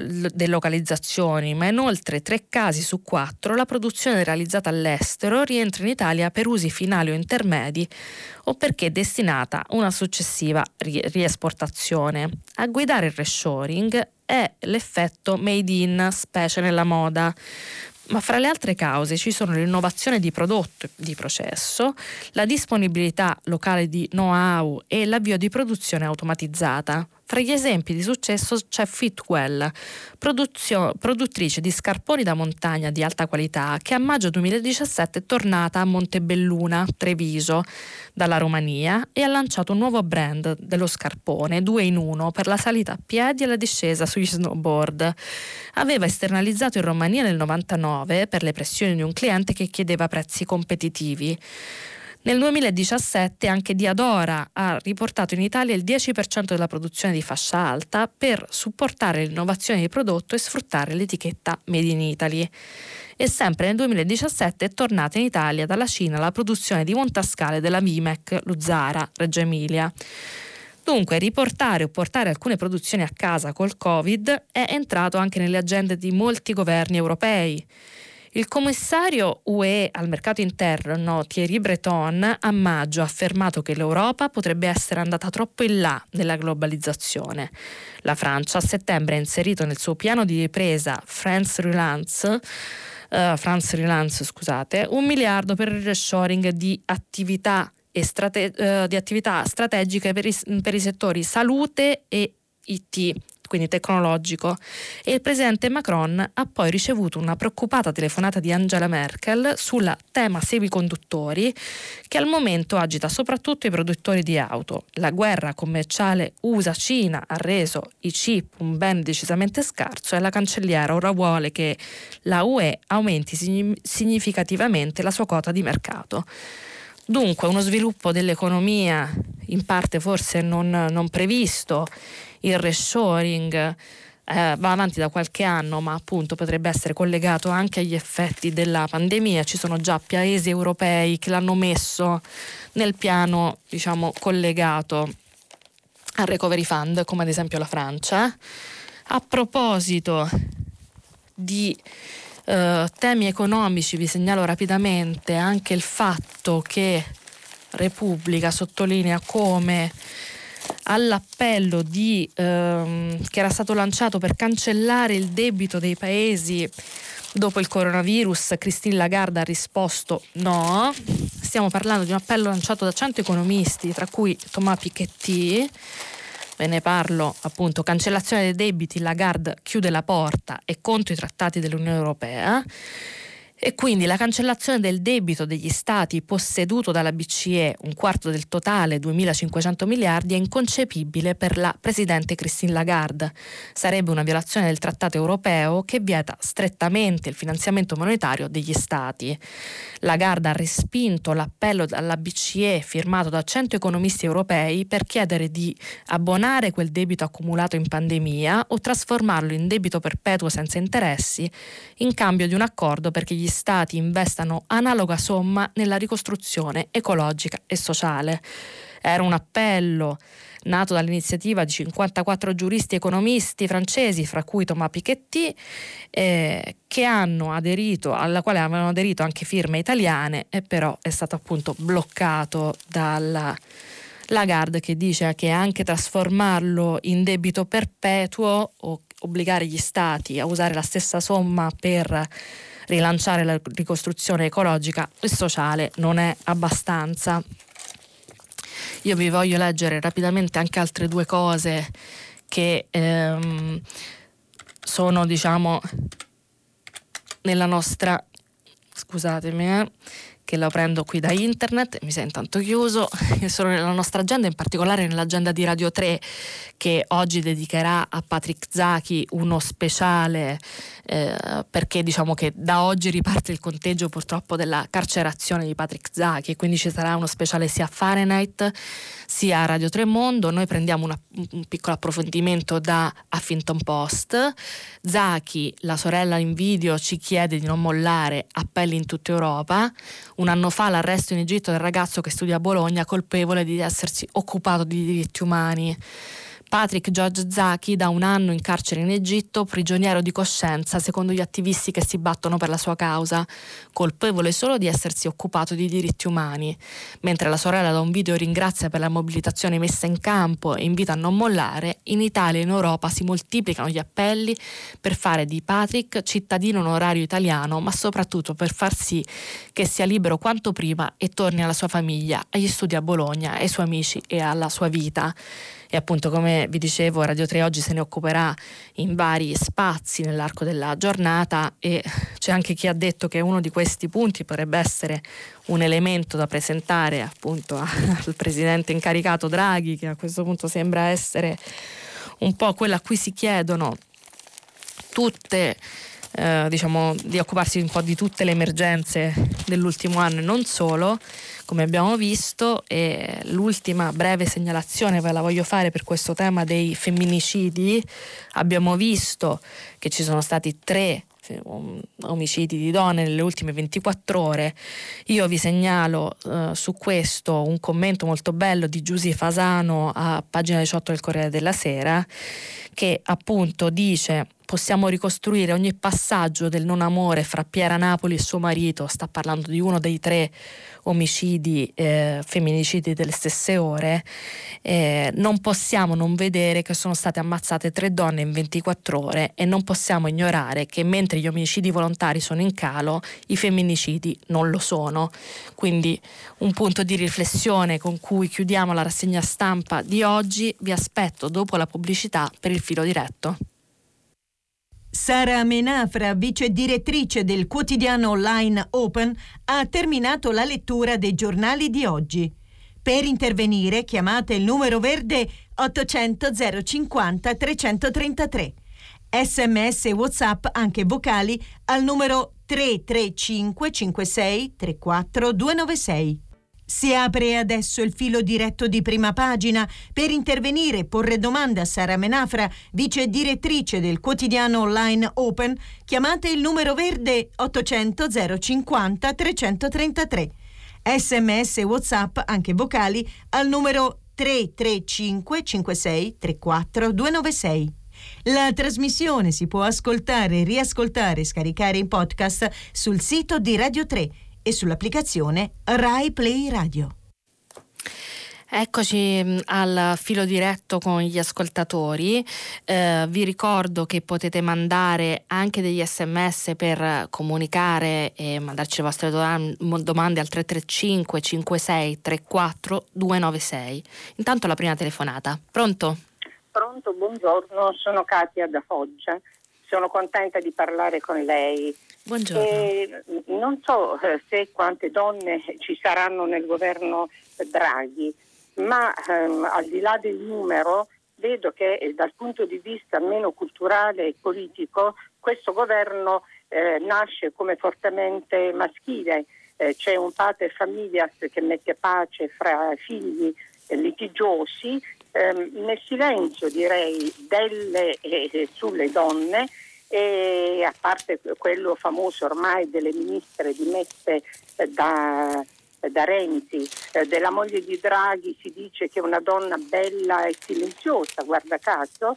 delocalizzazioni, ma in oltre tre casi su quattro la produzione realizzata all'estero rientra in Italia per usi finali o intermedi o perché è destinata a una successiva riesportazione. A guidare il reshoring è l'effetto made in, specie nella moda. Ma fra le altre cause ci sono l'innovazione di prodotto e di processo, la disponibilità locale di know-how e l'avvio di produzione automatizzata. Fra gli esempi di successo c'è Fitwel, produzio- produttrice di scarponi da montagna di alta qualità, che a maggio duemiladiciassette è tornata a Montebelluna, Treviso, dalla Romania e ha lanciato un nuovo brand dello scarpone, due in uno, per la salita a piedi e la discesa sugli snowboard. Aveva esternalizzato in Romania nel novantanove per le pressioni di un cliente che chiedeva prezzi competitivi. Nel duemiladiciassette anche Diadora ha riportato in Italia il dieci per cento della produzione di fascia alta per supportare l'innovazione di prodotto e sfruttare l'etichetta Made in Italy. E sempre nel duemiladiciassette è tornata in Italia dalla Cina la produzione di montascale della Vimec Luzzara, Reggio Emilia. Dunque, riportare o portare alcune produzioni a casa col Covid è entrato anche nelle agende di molti governi europei. Il commissario U E al mercato interno Thierry Breton a maggio ha affermato che l'Europa potrebbe essere andata troppo in là nella globalizzazione. La Francia a settembre ha inserito nel suo piano di ripresa France Relance Uh, France Relance, scusate, un miliardo per il reshoring di attività, e strate- uh, di attività strategiche per i, per i settori salute e I T, quindi tecnologico. E il presidente Macron ha poi ricevuto una preoccupata telefonata di Angela Merkel sul tema semiconduttori, che al momento agita soprattutto i produttori di auto. La guerra commerciale U S A-Cina ha reso i chip un bene decisamente scarso e la cancelliera ora vuole che la U E aumenti significativamente la sua quota di mercato. Dunque uno sviluppo dell'economia in parte forse non, non previsto. Il reshoring eh, va avanti da qualche anno, ma appunto potrebbe essere collegato anche agli effetti della pandemia. Ci sono già paesi europei che l'hanno messo nel piano, diciamo, collegato al Recovery Fund, come ad esempio la Francia. A proposito di eh, temi economici, vi segnalo rapidamente anche il fatto che Repubblica sottolinea come all'appello di, ehm, che era stato lanciato per cancellare il debito dei paesi dopo il coronavirus, Christine Lagarde ha risposto no. Stiamo parlando di un appello lanciato da cento economisti, tra cui Thomas Piketty. Ve ne parlo appunto: cancellazione dei debiti, Lagarde chiude la porta e contro i trattati dell'Unione Europea. E quindi la cancellazione del debito degli stati posseduto dalla B C E, un quarto del totale, duemilacinquecento miliardi, è inconcepibile per la presidente Christine Lagarde. Sarebbe una violazione del trattato europeo che vieta strettamente il finanziamento monetario degli stati. Lagarde ha respinto l'appello dalla B C E firmato da cento economisti europei per chiedere di abbonare quel debito accumulato in pandemia o trasformarlo in debito perpetuo senza interessi in cambio di un accordo perché gli stati investano analoga somma nella ricostruzione ecologica e sociale. Era un appello nato dall'iniziativa di cinquantaquattro giuristi economisti francesi, fra cui Thomas Piketty, eh, che hanno aderito, alla quale avevano aderito anche firme italiane, e però è stato appunto bloccato dalla Lagarde, che dice che anche trasformarlo in debito perpetuo o obbligare gli stati a usare la stessa somma per rilanciare la ricostruzione ecologica e sociale non è abbastanza. Io vi voglio leggere rapidamente anche altre due cose che ehm, sono, diciamo, nella nostra, scusatemi eh, che la prendo qui da internet, mi sei intanto chiuso, che sono nella nostra agenda, in particolare nell'agenda di Radio tre, che oggi dedicherà a Patrick Zaki uno speciale, eh, perché diciamo che da oggi riparte il conteggio purtroppo della carcerazione di Patrick Zaki, e quindi ci sarà uno speciale sia a Fahrenheit sia a Radio tre Mondo. Noi prendiamo una, un piccolo approfondimento da Huffington Post. Zaki, la sorella in video, ci chiede di non mollare, appelli in tutta Europa. Un anno fa l'arresto in Egitto del ragazzo che studia a Bologna, colpevole di essersi occupato di diritti umani. Patrick George Zaki, da un anno in carcere in Egitto, prigioniero di coscienza secondo gli attivisti che si battono per la sua causa, colpevole solo di essersi occupato di diritti umani. Mentre la sorella da un video ringrazia per la mobilitazione messa in campo e invita a non mollare, in Italia e in Europa si moltiplicano gli appelli per fare di Patrick cittadino onorario italiano, ma soprattutto per far sì che sia libero quanto prima e torni alla sua famiglia, agli studi a Bologna, ai suoi amici e alla sua vita. E appunto, come vi dicevo, Radio tre oggi se ne occuperà in vari spazi nell'arco della giornata, e c'è anche chi ha detto che uno di questi punti potrebbe essere un elemento da presentare appunto al presidente incaricato Draghi, che a questo punto sembra essere un po' quello a cui si chiedono tutte eh, diciamo di occuparsi un po' di tutte le emergenze dell'ultimo anno e non solo, come abbiamo visto. E l'ultima breve segnalazione ve la voglio fare per questo tema dei femminicidi. Abbiamo visto che ci sono stati tre omicidi di donne nelle ultime ventiquattro ore. Io vi segnalo eh, su questo un commento molto bello di Giusy Fasano a pagina diciotto del Corriere della Sera, che appunto dice: possiamo ricostruire ogni passaggio del non amore fra Piera Napoli e suo marito. Sta parlando di uno dei tre omicidi eh, femminicidi delle stesse ore. Eh, non possiamo non vedere che sono state ammazzate tre donne in ventiquattro ore, e non possiamo ignorare che mentre gli omicidi volontari sono in calo, i femminicidi non lo sono. Quindi un punto di riflessione con cui chiudiamo la rassegna stampa di oggi. Vi aspetto dopo la pubblicità per il filo diretto. Sara Amenafra, vice direttrice del quotidiano online Open, ha terminato la lettura dei giornali di oggi. Per intervenire chiamate il numero verde ottocento zero cinquanta trecentotrentatré. Sms e WhatsApp anche vocali al numero tre tre cinque cinque sei tre quattro due nove sei. Si apre adesso il filo diretto di Prima Pagina. Per intervenire e porre domande a Sara Amenafra, vice direttrice del quotidiano online Open, chiamate il numero verde ottocento zero cinquanta trecentotrentatré. Sms e WhatsApp anche vocali al numero tre tre cinque cinque sei tre quattro due nove sei. La trasmissione si può ascoltare, riascoltare e scaricare in podcast sul sito di Radio tre e sull'applicazione Rai Play Radio. Eccoci al filo diretto con gli ascoltatori. Eh, vi ricordo che potete mandare anche degli sms per comunicare e mandarci le vostre do- domande al tre tre cinque cinque sei tre quattro due nove sei. Intanto la prima telefonata. Pronto? Pronto, buongiorno, sono Katia da Foggia. Sono contenta di parlare con lei. Buongiorno. E non so se quante donne ci saranno nel governo Draghi, ma ehm, al di là del numero vedo che eh, dal punto di vista meno culturale e politico questo governo eh, nasce come fortemente maschile. Eh, c'è un pater familias che mette pace fra figli eh, litigiosi, ehm, nel silenzio direi delle eh, sulle donne. E a parte quello famoso ormai delle ministre dimesse da, da Renzi, eh, della moglie di Draghi si dice che è una donna bella e silenziosa, guarda caso,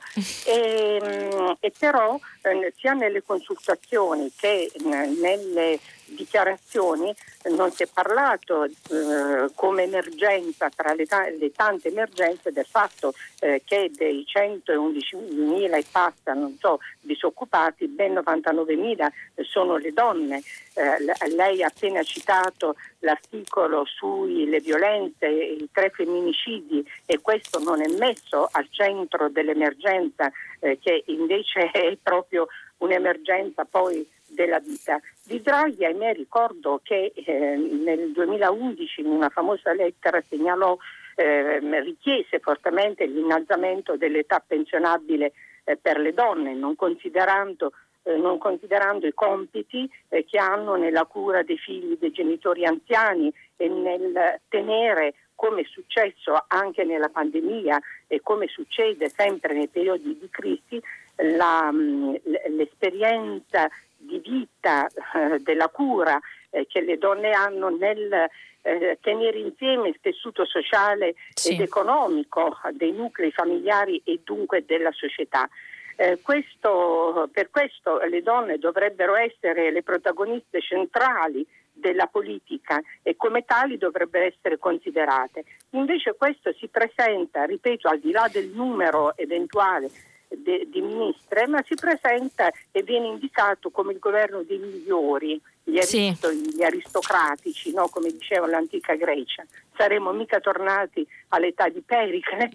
e, e però eh, sia nelle consultazioni che eh, nelle dichiarazioni non si è parlato eh, come emergenza, tra le, ta- le tante emergenze, del fatto eh, che dei centoundicimila e passa, non so, disoccupati, ben novantanovemila sono le donne. Eh, lei ha appena citato l'articolo sulle violenze, i tre femminicidi, e questo non è messo al centro dell'emergenza, eh, che invece è proprio un'emergenza poi della vita. Di Draghi, ahimè, ricordo che eh, nel duemilaundici in una famosa lettera segnalò, eh, richiese fortemente l'innalzamento dell'età pensionabile eh, per le donne, non considerando, eh, non considerando i compiti eh, che hanno nella cura dei figli dei genitori anziani e nel tenere, come è successo anche nella pandemia e come succede sempre nei periodi di crisi, la, l'esperienza di vita eh, della cura eh, che le donne hanno nel eh, tenere insieme il tessuto sociale sì. ed economico dei nuclei familiari e dunque della società. Eh, questo, per questo le donne dovrebbero essere le protagoniste centrali della politica e come tali dovrebbero essere considerate. Invece questo si presenta, ripeto, al di là del numero eventuale De, di ministre, ma si presenta e viene indicato come il governo dei migliori, gli, Sì. aristo, gli aristocratici, no? Come diceva l'antica Grecia. Saremmo mica tornati all'età di Pericle.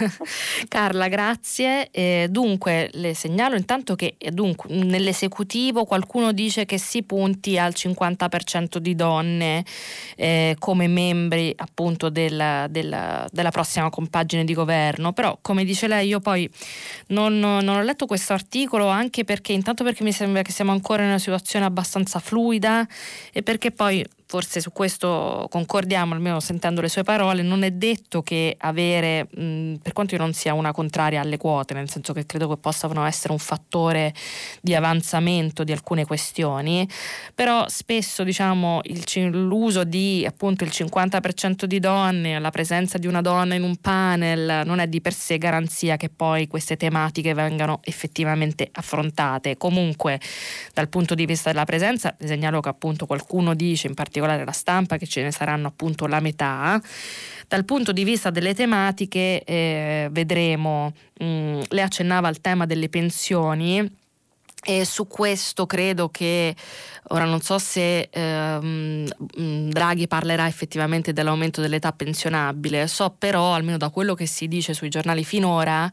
Carla, grazie. Eh, dunque, le segnalo intanto che eh, dunque, nell'esecutivo qualcuno dice che si punti al cinquanta per cento di donne eh, come membri appunto del, del, della prossima compagine di governo, però come dice lei io poi non, non ho letto questo articolo, anche perché intanto perché mi sembra che siamo ancora in una situazione abbastanza fluida e perché poi forse su questo concordiamo, almeno sentendo le sue parole, non è detto che avere, mh, per quanto io non sia una contraria alle quote, nel senso che credo che possano essere un fattore di avanzamento di alcune questioni, però spesso diciamo il, l'uso di appunto il cinquanta per cento di donne, la presenza di una donna in un panel non è di per sé garanzia che poi queste tematiche vengano effettivamente affrontate. Comunque dal punto di vista della presenza, vi segnalo che appunto qualcuno dice, in particolare la Stampa, che ce ne saranno appunto la metà. Dal punto di vista delle tematiche eh, vedremo, mh, lei accennava al tema delle pensioni e su questo credo che ora non so se ehm, Draghi parlerà effettivamente dell'aumento dell'età pensionabile, so però almeno da quello che si dice sui giornali finora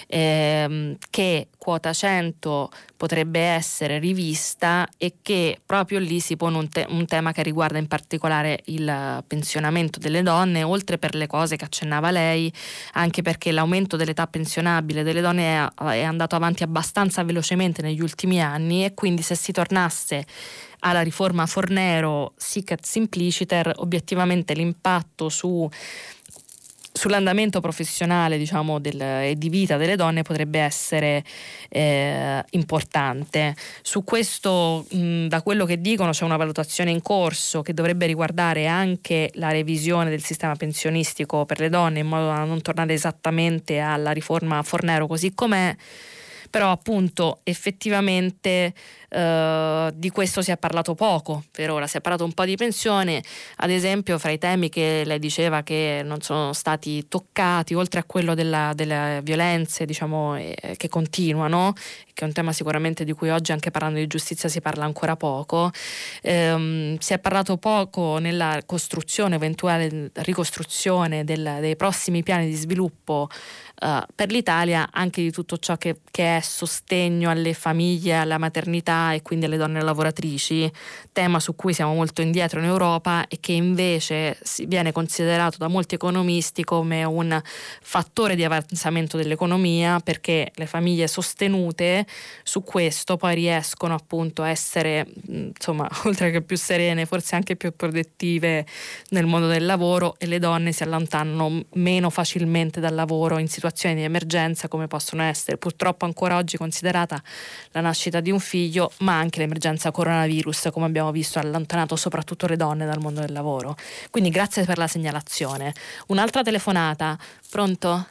ehm, che quota cento potrebbe essere rivista e che proprio lì si pone un, te- un tema che riguarda in particolare il pensionamento delle donne, oltre per le cose che accennava lei, anche perché l'aumento dell'età pensionabile delle donne è, è andato avanti abbastanza velocemente negli ultimi anni e quindi se si tornasse alla riforma Fornero sic et simpliciter, obiettivamente l'impatto su sull'andamento professionale, diciamo, del, e di vita delle donne potrebbe essere eh, importante. Su questo, mh, da quello che dicono, c'è una valutazione in corso che dovrebbe riguardare anche la revisione del sistema pensionistico per le donne, in modo da non tornare esattamente alla riforma Fornero così com'è. Però appunto effettivamente eh, di questo si è parlato poco per ora, si è parlato un po' di pensione, ad esempio fra i temi che lei diceva che non sono stati toccati, oltre a quello della, delle violenze diciamo eh, che continuano, che è un tema sicuramente di cui oggi anche parlando di giustizia si parla ancora poco, ehm, si è parlato poco nella costruzione, eventuale ricostruzione del, dei prossimi piani di sviluppo Uh, per l'Italia, anche di tutto ciò che, che è sostegno alle famiglie, alla maternità e quindi alle donne lavoratrici, tema su cui siamo molto indietro in Europa e che invece si viene considerato da molti economisti come un fattore di avanzamento dell'economia, perché le famiglie sostenute su questo poi riescono appunto a essere, insomma, oltre che più serene, forse anche più produttive nel mondo del lavoro, e le donne si allontanano meno facilmente dal lavoro in situazioni di emergenza come possono essere purtroppo ancora oggi considerata la nascita di un figlio, ma anche l'emergenza coronavirus, come abbiamo visto, ha allontanato soprattutto le donne dal mondo del lavoro. Quindi grazie per la segnalazione. Un'altra telefonata. Pronto?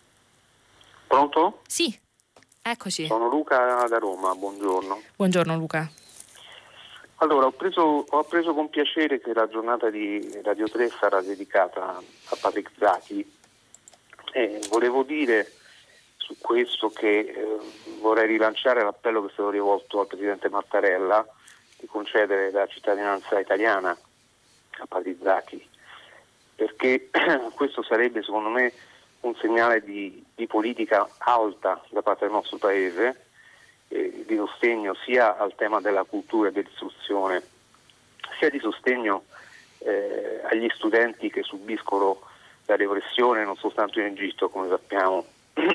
Pronto? Sì, eccoci. Sono Luca da Roma, buongiorno. Buongiorno Luca. Allora, ho preso, ho preso con piacere che la giornata di Radio tre sarà dedicata a Patrick Zaki. Eh, volevo dire su questo che eh, vorrei rilanciare l'appello che è stato rivolto al Presidente Mattarella di concedere la cittadinanza italiana a Patrick Zaki, perché questo sarebbe secondo me un segnale di, di politica alta da parte del nostro Paese, eh, di sostegno sia al tema della cultura e dell'istruzione, sia di sostegno eh, agli studenti che subiscono la repressione non soltanto in Egitto, come sappiamo.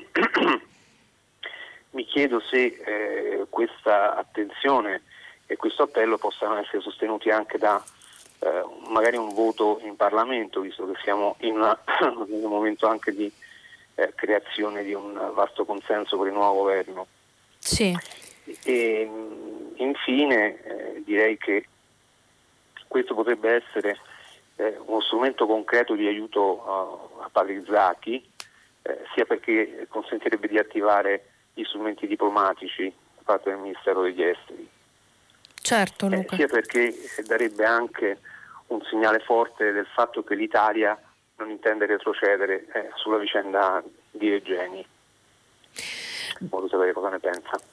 Mi chiedo se eh, questa attenzione e questo appello possano essere sostenuti anche da eh, magari un voto in Parlamento, visto che siamo in, una, in un momento anche di eh, creazione di un vasto consenso per il nuovo governo. Sì. E infine eh, direi che questo potrebbe essere Eh, uno strumento concreto di aiuto uh, a Patrick Zaki, eh, sia perché consentirebbe di attivare gli strumenti diplomatici da parte del Ministero degli Esteri, Certo, Luca. eh, sia perché darebbe anche un segnale forte del fatto che l'Italia non intende retrocedere eh, sulla vicenda di Regeni. Voglio sapere cosa ne pensa.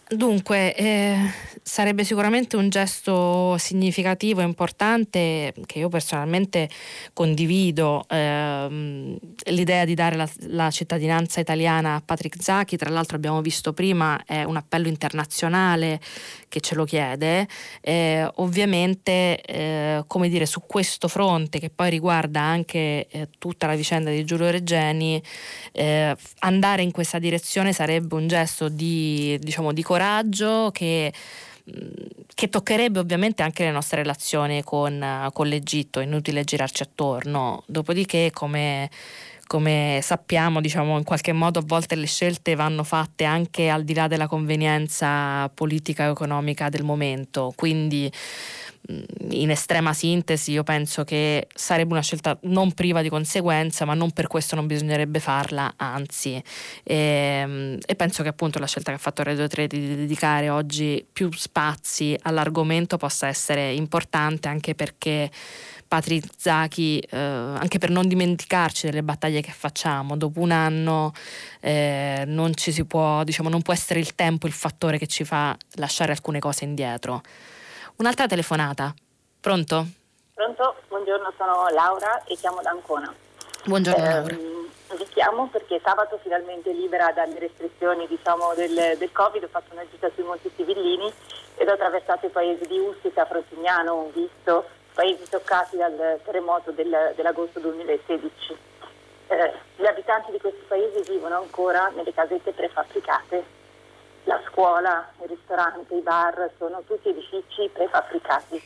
Dunque, eh, sarebbe sicuramente un gesto significativo e importante che io personalmente condivido, ehm, l'idea di dare la, la cittadinanza italiana a Patrick Zaki. Tra l'altro abbiamo visto prima, è un appello internazionale che ce lo chiede. Eh, ovviamente, eh, come dire, su questo fronte, che poi riguarda anche eh, tutta la vicenda di Giulio Regeni, eh, andare in questa direzione sarebbe un gesto di, diciamo, di coraggio che, che toccherebbe ovviamente anche le nostre relazioni con, con l'Egitto. È inutile girarci attorno. Dopodiché, come come sappiamo, diciamo, in qualche modo a volte le scelte vanno fatte anche al di là della convenienza politica e economica del momento, quindi in estrema sintesi io penso che sarebbe una scelta non priva di conseguenza, ma non per questo non bisognerebbe farla, anzi, e, e penso che appunto la scelta che ha fatto Radio tre di dedicare oggi più spazi all'argomento possa essere importante, anche perché Patrick Zaki, eh, anche per non dimenticarci delle battaglie che facciamo, dopo un anno eh, non ci si può, diciamo, non può essere il tempo il fattore che ci fa lasciare alcune cose indietro. Un'altra telefonata. Pronto? Pronto? Buongiorno, sono Laura e chiamo da Ancona. Buongiorno eh, Laura. Vi chiamo perché sabato finalmente libera dalle restrizioni, diciamo, del, del Covid, ho fatto una gita sui Monti Sibillini ed ho attraversato i paesi di Ustica, Frossignano, Visto, paesi toccati dal terremoto del, dell'agosto duemilasedici. Eh, gli abitanti di questi paesi vivono ancora nelle casette prefabbricate. La scuola, il ristorante, i bar sono tutti edifici prefabbricati.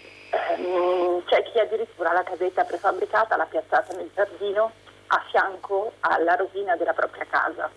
Eh, c'è chi addirittura la casetta prefabbricata l'ha piazzata nel giardino a fianco alla rovina della propria casa.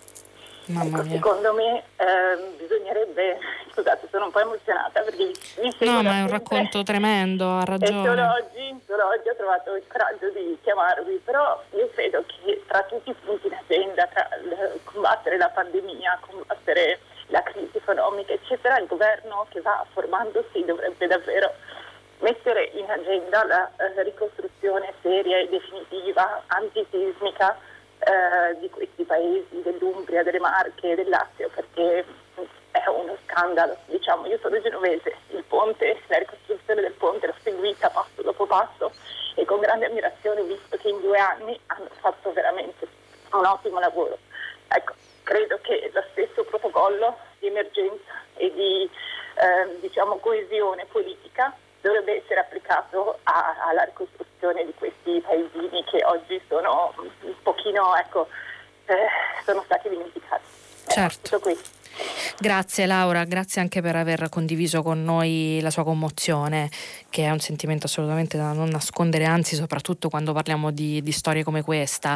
Ecco, secondo me eh, bisognerebbe, scusate, sono un po' emozionata perché mi No, ma è un racconto tremendo, ha ragione. E solo oggi, solo oggi ho trovato il coraggio di chiamarvi, però io credo che tra tutti i punti in agenda, tra il, combattere la pandemia, combattere la crisi economica, eccetera, il governo che va formandosi dovrebbe davvero mettere in agenda la uh, ricostruzione seria e definitiva, antisismica, Eh, di questi paesi, dell'Umbria, delle Marche, del Lazio, perché è uno scandalo. Diciamo, io sono genovese, il ponte, la ricostruzione del ponte l'ho seguita passo dopo passo e con grande ammirazione ho visto che in due anni hanno fatto veramente un ottimo lavoro. Ecco, credo che lo stesso protocollo di emergenza e di eh, diciamo coesione politica dovrebbe essere applicato a, alla ricostruzione di questi paesini che oggi sono un pochino, ecco, eh, sono stati dimenticati. Certo. Tutto qui. Grazie Laura, grazie anche per aver condiviso con noi la sua commozione, che è un sentimento assolutamente da non nascondere, anzi soprattutto quando parliamo di, di storie come questa.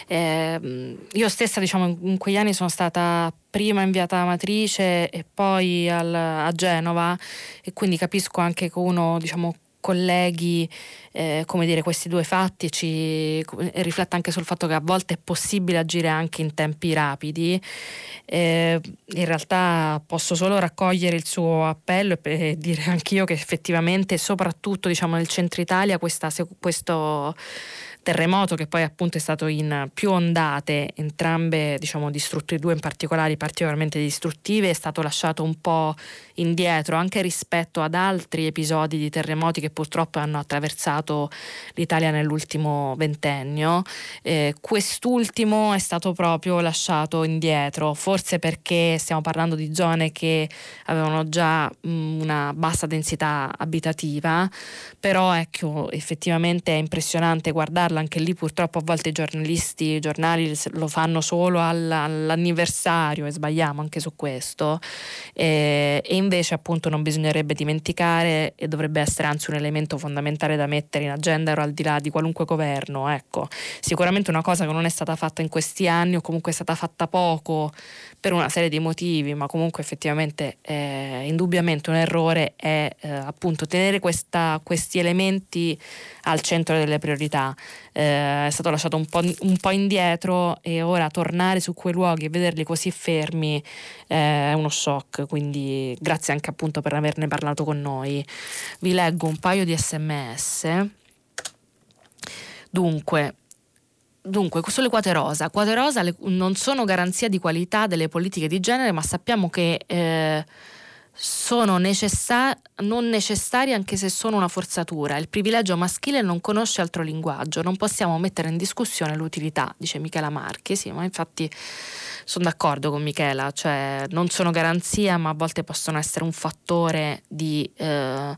Eh, io stessa, diciamo, in quegli anni sono stata prima inviata matrice e poi al, a Genova, e quindi capisco anche che uno, diciamo, colleghi eh, come dire questi due fatti, ci riflette anche sul fatto che a volte è possibile agire anche in tempi rapidi. Eh, in realtà posso solo raccogliere il suo appello e dire anch'io che effettivamente, soprattutto, diciamo, nel centro Italia, questa, questo terremoto, che poi appunto è stato in più ondate, entrambe, diciamo, distruttive, due in particolare particolarmente distruttive, è stato lasciato un po' indietro anche rispetto ad altri episodi di terremoti che purtroppo hanno attraversato l'Italia nell'ultimo ventennio. Eh, quest'ultimo è stato proprio lasciato indietro, forse perché stiamo parlando di zone che avevano già mh, una bassa densità abitativa, però ecco, effettivamente è impressionante guardarla. Anche lì purtroppo a volte i giornalisti, i giornali lo fanno solo all'anniversario, e sbagliamo anche su questo, e, e invece appunto non bisognerebbe dimenticare, e dovrebbe essere anzi un elemento fondamentale da mettere in agenda al di là di qualunque governo. Ecco, sicuramente una cosa che non è stata fatta in questi anni, o comunque è stata fatta poco per una serie di motivi, ma comunque effettivamente eh, indubbiamente un errore è eh, appunto tenere questa, questi elementi al centro delle priorità. Eh, è stato lasciato un po', un po' indietro, e ora tornare su quei luoghi e vederli così fermi eh, è uno shock, quindi grazie anche appunto per averne parlato con noi. Vi leggo un paio di sms. Dunque, Dunque, sulle quote rosa, quote rosa le, non sono garanzia di qualità delle politiche di genere, ma sappiamo che eh, sono necessar- non necessarie anche se sono una forzatura. Il privilegio maschile non conosce altro linguaggio, non possiamo mettere in discussione l'utilità, dice Michela Marchi. Sì, ma infatti sono d'accordo con Michela, cioè non sono garanzia, ma a volte possono essere un fattore di... Eh,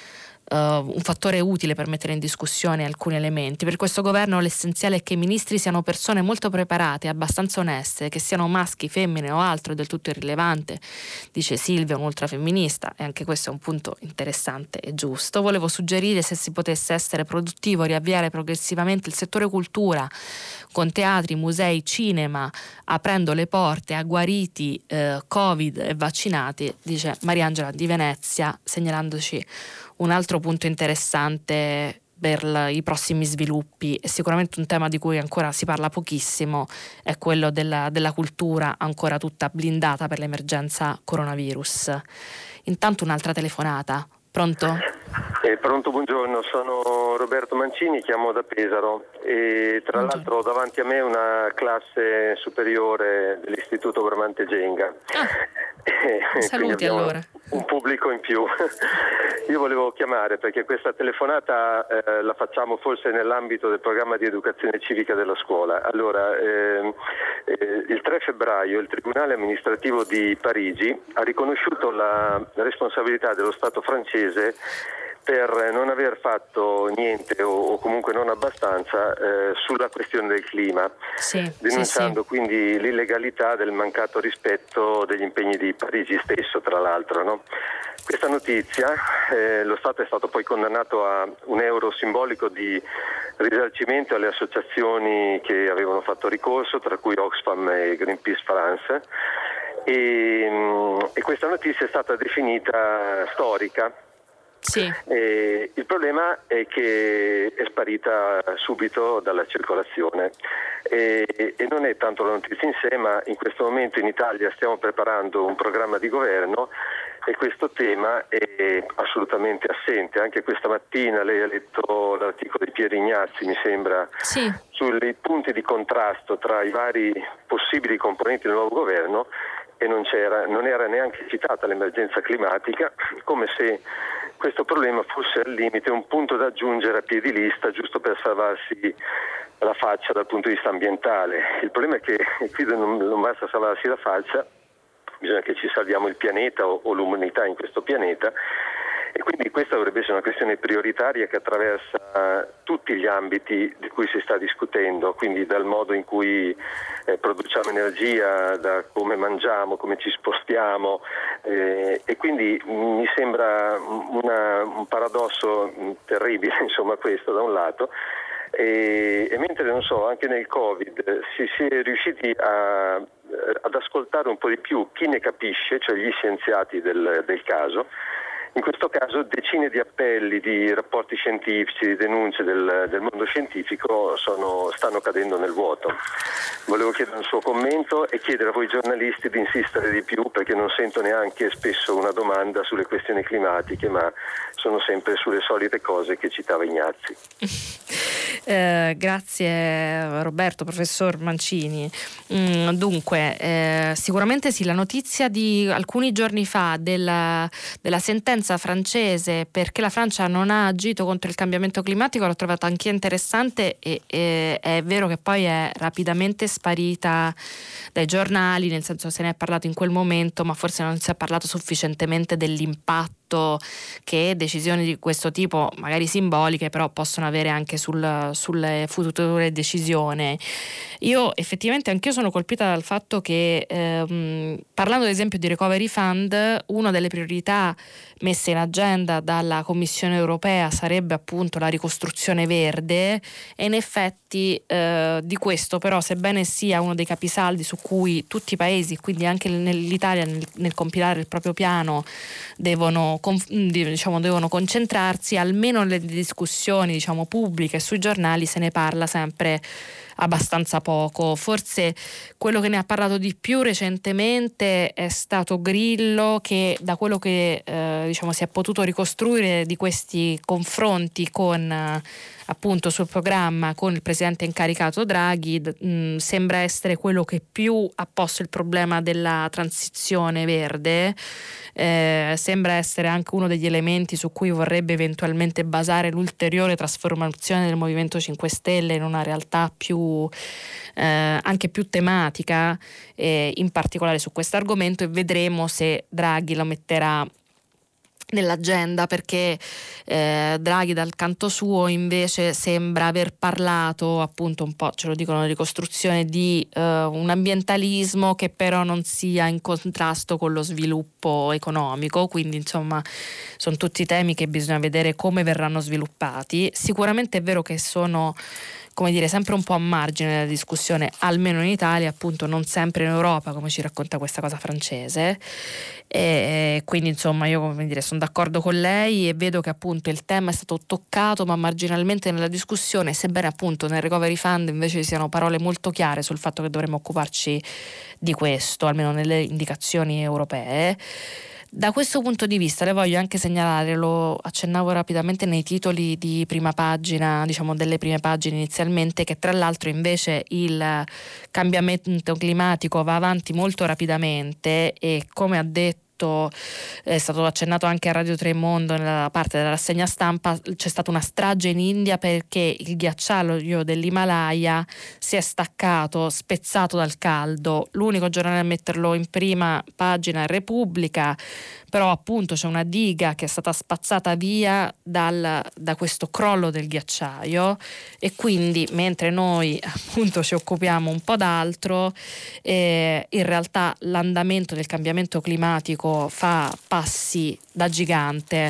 Uh, un fattore utile per mettere in discussione alcuni elementi. Per questo governo l'essenziale è che i ministri siano persone molto preparate, abbastanza oneste, che siano maschi, femmine o altro è del tutto irrilevante, dice Silvia, un'ultrafemminista, e anche questo è un punto interessante e giusto. Volevo suggerire se si potesse essere produttivo riavviare progressivamente il settore cultura con teatri, musei, cinema, aprendo le porte a guariti, eh, Covid e vaccinati, dice Mariangela di Venezia, segnalandoci un altro punto interessante per l- i prossimi sviluppi. E sicuramente un tema di cui ancora si parla pochissimo è quello della, della cultura, ancora tutta blindata per l'emergenza coronavirus. Intanto un'altra telefonata. Pronto? Eh, pronto, buongiorno, sono Roberto Mancini, chiamo da Pesaro e tra buongiorno. L'altro ho davanti a me una classe superiore dell'Istituto Bramante Genga. Ah, eh, saluti allora. Un pubblico in più. Io volevo chiamare perché questa telefonata eh, la facciamo forse nell'ambito del programma di educazione civica della scuola. Allora, eh, eh, il tre febbraio il Tribunale amministrativo di Parigi ha riconosciuto la responsabilità dello Stato francese per non aver fatto niente o, o comunque non abbastanza eh, sulla questione del clima, sì, denunciando sì, sì. quindi l'illegalità del mancato rispetto degli impegni di Parigi stesso, tra l'altro, no? Questa notizia, eh, lo Stato è stato poi condannato a un euro simbolico di risarcimento alle associazioni che avevano fatto ricorso, tra cui Oxfam e Greenpeace France, e, e questa notizia è stata definita storica. Sì. E il problema è che è sparita subito dalla circolazione e, e non è tanto la notizia in sé, ma in questo momento in Italia stiamo preparando un programma di governo e questo tema è assolutamente assente. Anche questa mattina lei ha letto l'articolo di Piero Ignazzi, mi sembra, sì, sui punti di contrasto tra i vari possibili componenti del nuovo governo e non c'era, non era neanche citata l'emergenza climatica, come se questo problema fosse al limite un punto da aggiungere a piedi lista giusto per salvarsi la faccia dal punto di vista ambientale. Il problema è che qui non, non basta salvarsi la faccia, bisogna che ci salviamo il pianeta o, o l'umanità in questo pianeta, e quindi questa dovrebbe essere una questione prioritaria che attraversa tutti gli ambiti di cui si sta discutendo, quindi dal modo in cui eh, produciamo energia, da come mangiamo, come ci spostiamo, eh, e quindi mi sembra una, un paradosso terribile, insomma, questo da un lato. E, e mentre, non so, anche nel Covid si, si è riusciti a, ad ascoltare un po' di più chi ne capisce, cioè gli scienziati del, del caso. In questo caso decine di appelli, di rapporti scientifici, di denunce del, del mondo scientifico sono, stanno cadendo nel vuoto. Volevo chiedere un suo commento e chiedere a voi giornalisti di insistere di più, perché non sento neanche spesso una domanda sulle questioni climatiche, ma sono sempre sulle solite cose che citava Ignazzi. Eh, grazie Roberto, professor Mancini. Mm, dunque, eh, sicuramente sì, la notizia di alcuni giorni fa della, della sentenza francese perché la Francia non ha agito contro il cambiamento climatico l'ho trovata anche interessante e, e è vero che poi è rapidamente sparita dai giornali, nel senso se ne è parlato in quel momento, ma forse non si è parlato sufficientemente dell'impatto che decisioni di questo tipo, magari simboliche, però possono avere anche sul, sulle future decisioni. Io effettivamente anch'io sono colpita dal fatto che ehm, parlando ad esempio di Recovery Fund, una delle priorità messe in agenda dalla Commissione europea sarebbe appunto la ricostruzione verde e in effetti eh, di questo però, sebbene sia uno dei capisaldi su cui tutti i paesi, quindi anche l'Italia nel, nel compilare il proprio piano devono, diciamo, devono concentrarsi, almeno nelle discussioni, diciamo, pubbliche sui giornali se ne parla sempre abbastanza poco. Forse quello che ne ha parlato di più recentemente è stato Grillo, che da quello che eh, diciamo si è potuto ricostruire di questi confronti con appunto sul programma con il presidente incaricato Draghi mh, sembra essere quello che più ha posto il problema della transizione verde. Eh, sembra essere anche uno degli elementi su cui vorrebbe eventualmente basare l'ulteriore trasformazione del Movimento cinque Stelle in una realtà più eh, anche più tematica, eh, in particolare su questo argomento, e vedremo se Draghi lo metterà nell'agenda, perché eh, Draghi dal canto suo invece sembra aver parlato, appunto un po', ce lo dicono la ricostruzione, di eh, un ambientalismo che però non sia in contrasto con lo sviluppo economico, quindi insomma sono tutti temi che bisogna vedere come verranno sviluppati. Sicuramente è vero che sono, come dire, sempre un po' a margine della discussione, almeno in Italia, appunto non sempre in Europa, come ci racconta questa cosa francese, e quindi insomma io, come dire, sono d'accordo con lei e vedo che appunto il tema è stato toccato ma marginalmente nella discussione, sebbene appunto nel Recovery Fund invece ci siano parole molto chiare sul fatto che dovremmo occuparci di questo, almeno nelle indicazioni europee. Da questo punto di vista le voglio anche segnalare, lo accennavo rapidamente nei titoli di prima pagina, diciamo delle prime pagine inizialmente, che tra l'altro invece il cambiamento climatico va avanti molto rapidamente e, come ha detto, è stato accennato anche a Radio Tremondo nella parte della rassegna stampa, c'è stata una strage in India perché il ghiacciaio dell'Himalaya si è staccato, spezzato dal caldo. L'unico giornale a metterlo in prima pagina è Repubblica, però appunto c'è una diga che è stata spazzata via dal, da questo crollo del ghiacciaio, e quindi mentre noi appunto ci occupiamo un po' d'altro, eh, in realtà l'andamento del cambiamento climatico fa passi da gigante.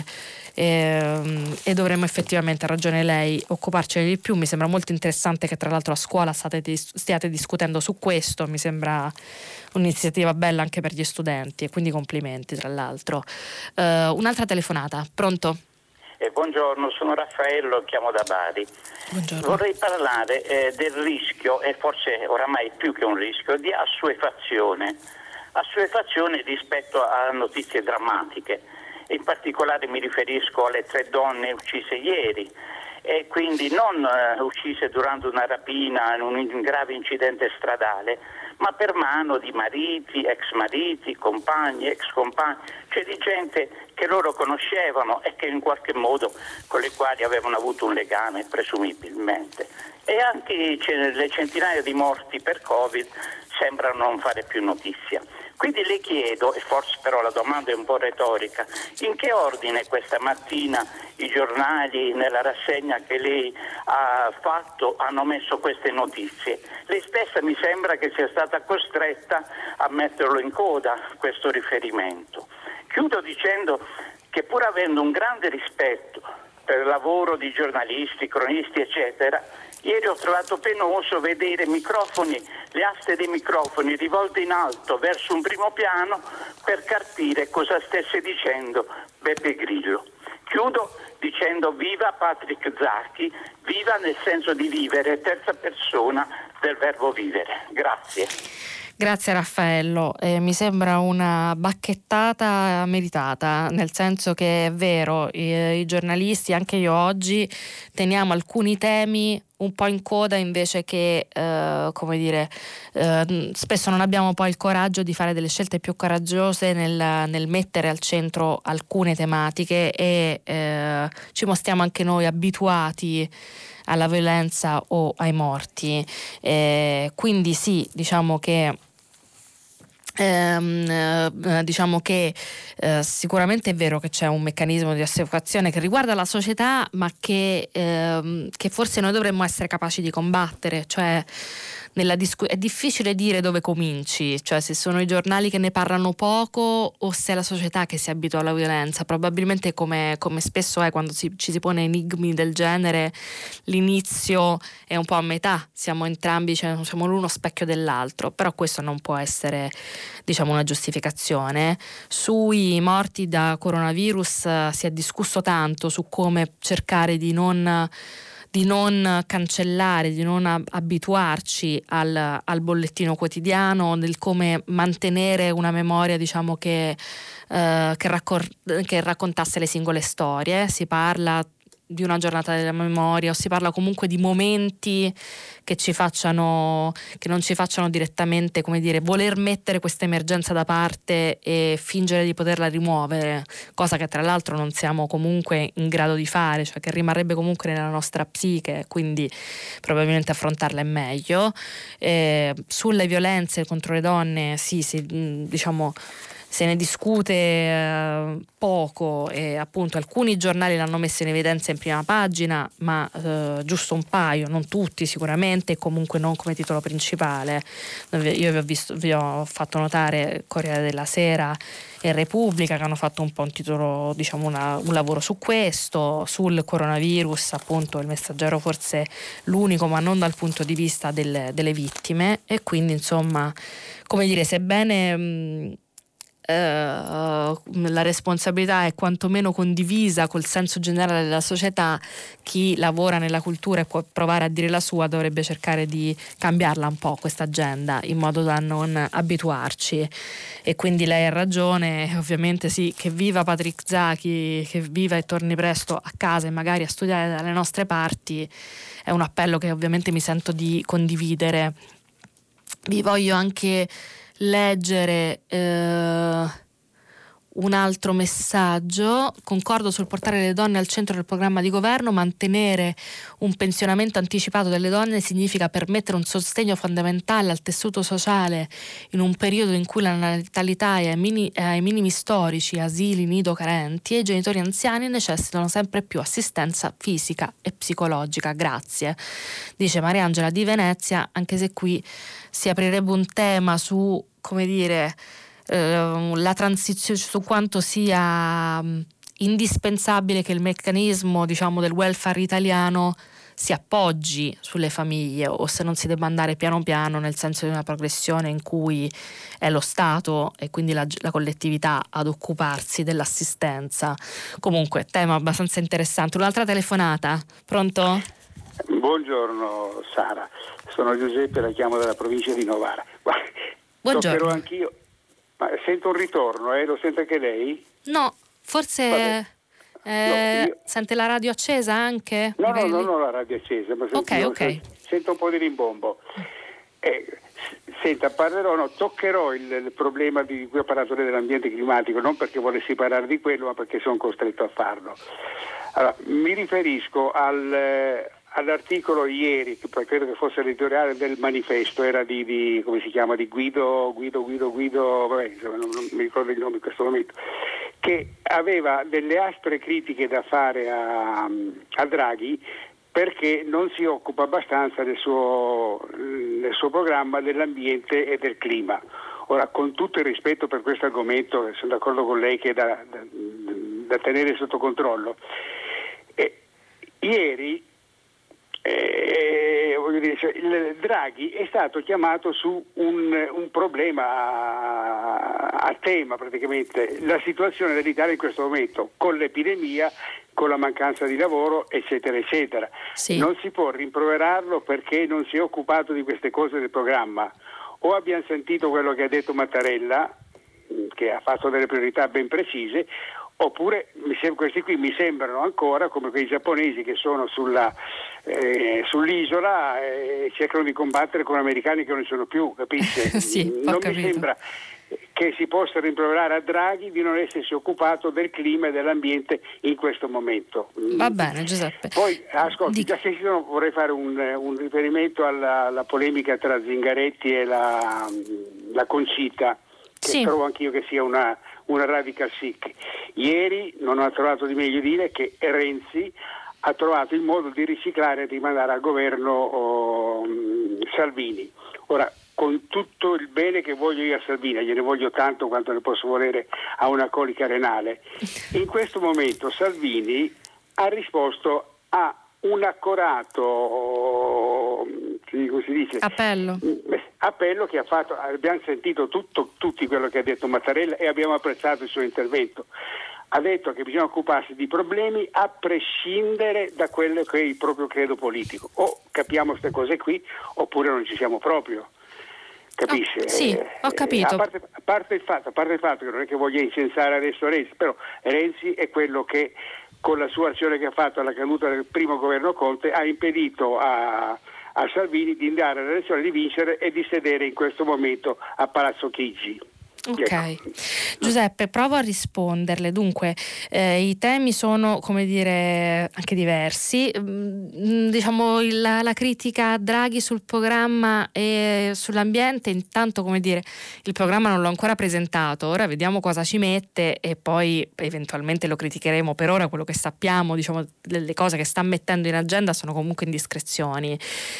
E, e dovremmo effettivamente, ha ragione lei, occuparcene di più. Mi sembra molto interessante che tra l'altro a scuola state, stiate discutendo su questo, mi sembra un'iniziativa bella anche per gli studenti, e quindi complimenti tra l'altro. Uh, un'altra telefonata, pronto? Eh, buongiorno, sono Raffaello, chiamo da Bari. Buongiorno. Vorrei parlare eh, del rischio, e forse oramai più che un rischio, di assuefazione, assuefazione rispetto a notizie drammatiche. In particolare mi riferisco alle tre donne uccise ieri, e quindi non uh, uccise durante una rapina in un grave incidente stradale, ma per mano di mariti, ex mariti, compagni, ex compagni, cioè di gente che loro conoscevano e che in qualche modo con le quali avevano avuto un legame, presumibilmente. E anche le centinaia di morti per Covid sembrano non fare più notizia. Quindi le chiedo, e forse però la domanda è un po' retorica, in che ordine questa mattina i giornali, nella rassegna che lei ha fatto, hanno messo queste notizie? Lei stessa mi sembra che sia stata costretta a metterlo in coda, questo riferimento. Chiudo dicendo che, pur avendo un grande rispetto per il lavoro di giornalisti, cronisti, eccetera, ieri ho trovato penoso vedere microfoni, le aste dei microfoni rivolte in alto verso un primo piano per capire cosa stesse dicendo Beppe Grillo. Chiudo dicendo viva Patrick Zaki, viva nel senso di vivere, terza persona del verbo vivere. Grazie. Grazie Raffaello, eh, mi sembra una bacchettata meritata, nel senso che è vero, i, i giornalisti, anche io oggi, teniamo alcuni temi un po' in coda, invece che eh, come dire eh, spesso non abbiamo poi il coraggio di fare delle scelte più coraggiose nel, nel mettere al centro alcune tematiche, e eh, ci mostriamo anche noi abituati alla violenza o ai morti. Eh, quindi sì, diciamo che Ehm, eh, diciamo che eh, sicuramente è vero che c'è un meccanismo di assuefazione che riguarda la società, ma che, ehm, che forse noi dovremmo essere capaci di combattere, cioè nella discu- è difficile dire dove cominci, cioè se sono i giornali che ne parlano poco o se è la società che si abitua alla violenza. Probabilmente, come, come spesso è quando si, ci si pone enigmi del genere, l'inizio è un po' a metà, siamo entrambi, cioè, siamo l'uno specchio dell'altro, però questo non può essere, diciamo, una giustificazione. Sui morti da coronavirus uh, si è discusso tanto su come cercare di non di non cancellare, di non abituarci al, al bollettino quotidiano, del come mantenere una memoria, diciamo, che, eh, che, raccor- che raccontasse le singole storie. Si parla di una giornata della memoria, o si parla comunque di momenti che ci facciano, che non ci facciano direttamente, come dire, voler mettere questa emergenza da parte e fingere di poterla rimuovere, cosa che tra l'altro non siamo comunque in grado di fare, cioè che rimarrebbe comunque nella nostra psiche, quindi probabilmente affrontarla è meglio. Eh, sulle violenze contro le donne sì, sì, diciamo se ne discute eh, poco, e appunto alcuni giornali l'hanno messa in evidenza in prima pagina, ma eh, giusto un paio, non tutti sicuramente, e comunque non come titolo principale. Io vi ho, visto, vi ho fatto notare Corriere della Sera e Repubblica, che hanno fatto un po' un titolo, diciamo una, un lavoro su questo, sul coronavirus, appunto Il Messaggero forse l'unico, ma non dal punto di vista del, delle vittime, e quindi insomma, come dire, sebbene mh, Uh, la responsabilità è quantomeno condivisa col senso generale della società, chi lavora nella cultura e può provare a dire la sua dovrebbe cercare di cambiarla un po' questa agenda, in modo da non abituarci. E quindi lei ha ragione, ovviamente sì, che viva Patrick Zaki, che viva e torni presto a casa e magari a studiare dalle nostre parti, è un appello che ovviamente mi sento di condividere. Vi voglio anche leggere eh, un altro messaggio. Concordo sul portare le donne al centro del programma di governo. Mantenere un pensionamento anticipato delle donne significa permettere un sostegno fondamentale al tessuto sociale in un periodo in cui la natalità è ai, mini, è ai minimi storici, asili, nido carenti, e i genitori anziani necessitano sempre più assistenza fisica e psicologica. Grazie, dice Mariangela di Venezia, anche se qui si aprirebbe un tema su, come dire, eh, la transizione, su quanto sia mh, indispensabile che il meccanismo, diciamo, del welfare italiano si appoggi sulle famiglie, o se non si debba andare piano piano nel senso di una progressione in cui è lo Stato e quindi la, la collettività ad occuparsi dell'assistenza. Comunque, tema abbastanza interessante. Un'altra telefonata, pronto? Buongiorno Sara, sono Giuseppe, la chiamo dalla provincia di Novara. Buongiorno. Toccherò anch'io. Ma sento un ritorno, eh? Lo sente anche lei? No, forse eh, no, io... sente la radio accesa anche? No, no, no, no, la radio accesa, ma sento, okay, okay. sento un po' di rimbombo. Eh, senta, parlerò, no, toccherò il, il problema di cui ho parlato dell'ambiente climatico, non perché volessi parlare di quello, ma perché sono costretto a farlo. Allora, mi riferisco al... all'articolo ieri, che credo che fosse l'editoriale del Manifesto, era di, di come si chiama, di Guido, Guido, Guido, Guido, vabbè, insomma, non, non mi ricordo il nome in questo momento, che aveva delle aspre critiche da fare a, a Draghi perché non si occupa abbastanza del suo, nel suo programma dell'ambiente e del clima. Ora, con tutto il rispetto per questo argomento, sono d'accordo con lei che è da, da, da tenere sotto controllo. E, ieri Eh, voglio dire, cioè, il Draghi è stato chiamato su un, un problema a, a tema, praticamente la situazione dell'Italia in questo momento, con l'epidemia, con la mancanza di lavoro, eccetera eccetera. Sì. Non si può rimproverarlo perché non si è occupato di queste cose del programma. O abbiamo sentito quello che ha detto Mattarella, che ha fatto delle priorità ben precise, oppure questi qui mi sembrano ancora come quei giapponesi che sono sulla, eh, sull'isola e cercano di combattere con americani che non ci sono più, capisce? Sì, non capito. Mi sembra che si possa rimproverare a Draghi di non essersi occupato del clima e dell'ambiente in questo momento. Va bene, Giuseppe. Poi, ascolti, Dica. già che ci sono, vorrei fare un, un riferimento alla, alla polemica tra Zingaretti e la, la Concita, che Sì. trovo anch'io che sia una, una radical chic. Ieri non ho trovato di meglio dire che Renzi ha trovato il modo di riciclare e di mandare al governo oh, Salvini. Ora, con tutto il bene che voglio io a Salvini, gliene voglio tanto quanto ne posso volere a una colica renale, in questo momento Salvini ha risposto a un accorato, come si dice? Appello. Appello che ha fatto, abbiamo sentito tutto, tutti quello che ha detto Mattarella e abbiamo apprezzato il suo intervento. Ha detto che bisogna occuparsi di problemi a prescindere da quello che è il proprio credo politico. O capiamo queste cose qui oppure non ci siamo proprio. Capisce? Oh, sì, ho capito. Eh, a, parte, a, parte il fatto, a parte il fatto che non è che voglia incensare adesso Renzi, però Renzi è quello che con la sua azione che ha fatto alla caduta del primo governo Conte, ha impedito a, a Salvini di andare alle elezioni, di vincere e di sedere in questo momento a Palazzo Chigi. Ok, Ecco. Giuseppe, provo a risponderle. Dunque, eh, i temi sono, come dire, anche diversi. Mm, diciamo il- la, la critica a Draghi sul programma e sull'ambiente, intanto, come dire, il programma non l'ho ancora presentato, ora vediamo cosa ci mette e poi eventualmente lo criticheremo. Per ora quello che sappiamo, diciamo, le cose che sta mettendo in agenda sono comunque indiscrezioni,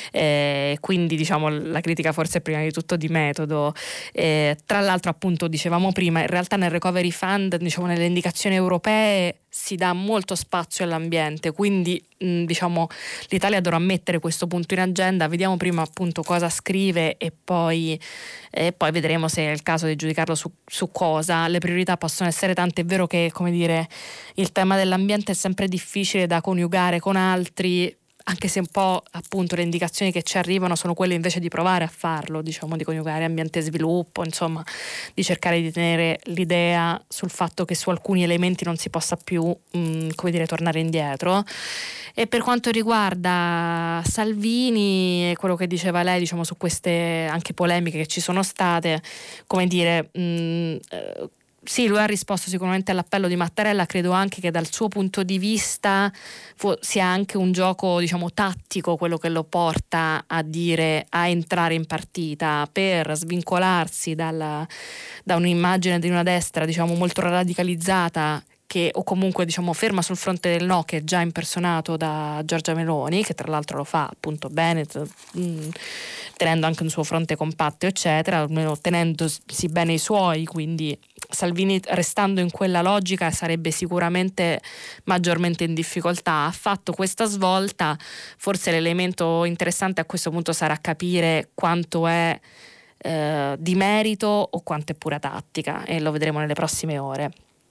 eh, quindi diciamo la critica forse è prima di tutto di metodo. Eh, tra l'altro, appunto, dicevamo prima, in realtà nel Recovery Fund, diciamo nelle indicazioni europee, si dà molto spazio all'ambiente, quindi mh, diciamo l'Italia dovrà mettere questo punto in agenda. Vediamo prima appunto cosa scrive e poi, e poi vedremo se è il caso di giudicarlo su, su cosa. Le priorità possono essere tante, è vero che, come dire, il tema dell'ambiente è sempre difficile da coniugare con altri, anche se un po' appunto le indicazioni che ci arrivano sono quelle invece di provare a farlo, diciamo di coniugare ambiente e sviluppo, insomma di cercare di tenere l'idea sul fatto che su alcuni elementi non si possa più mh, come dire tornare indietro. E per quanto riguarda Salvini e quello che diceva lei, diciamo su queste anche polemiche che ci sono state, come dire, mh, eh, sì, lui ha risposto sicuramente all'appello di Mattarella. Credo anche che dal suo punto di vista fu- sia anche un gioco, diciamo, tattico quello che lo porta a dire, a entrare in partita per svincolarsi dalla, da un'immagine di una destra, diciamo, molto radicalizzata, che o comunque diciamo ferma sul fronte del no, che è già impersonato da Giorgia Meloni, che tra l'altro lo fa appunto bene, mh, tenendo anche un suo fronte compatto eccetera, almeno tenendosi bene i suoi. Quindi Salvini, restando in quella logica, sarebbe sicuramente maggiormente in difficoltà. Ha fatto questa svolta, forse l'elemento interessante a questo punto sarà capire quanto è eh, di merito o quanto è pura tattica, e lo vedremo nelle prossime ore.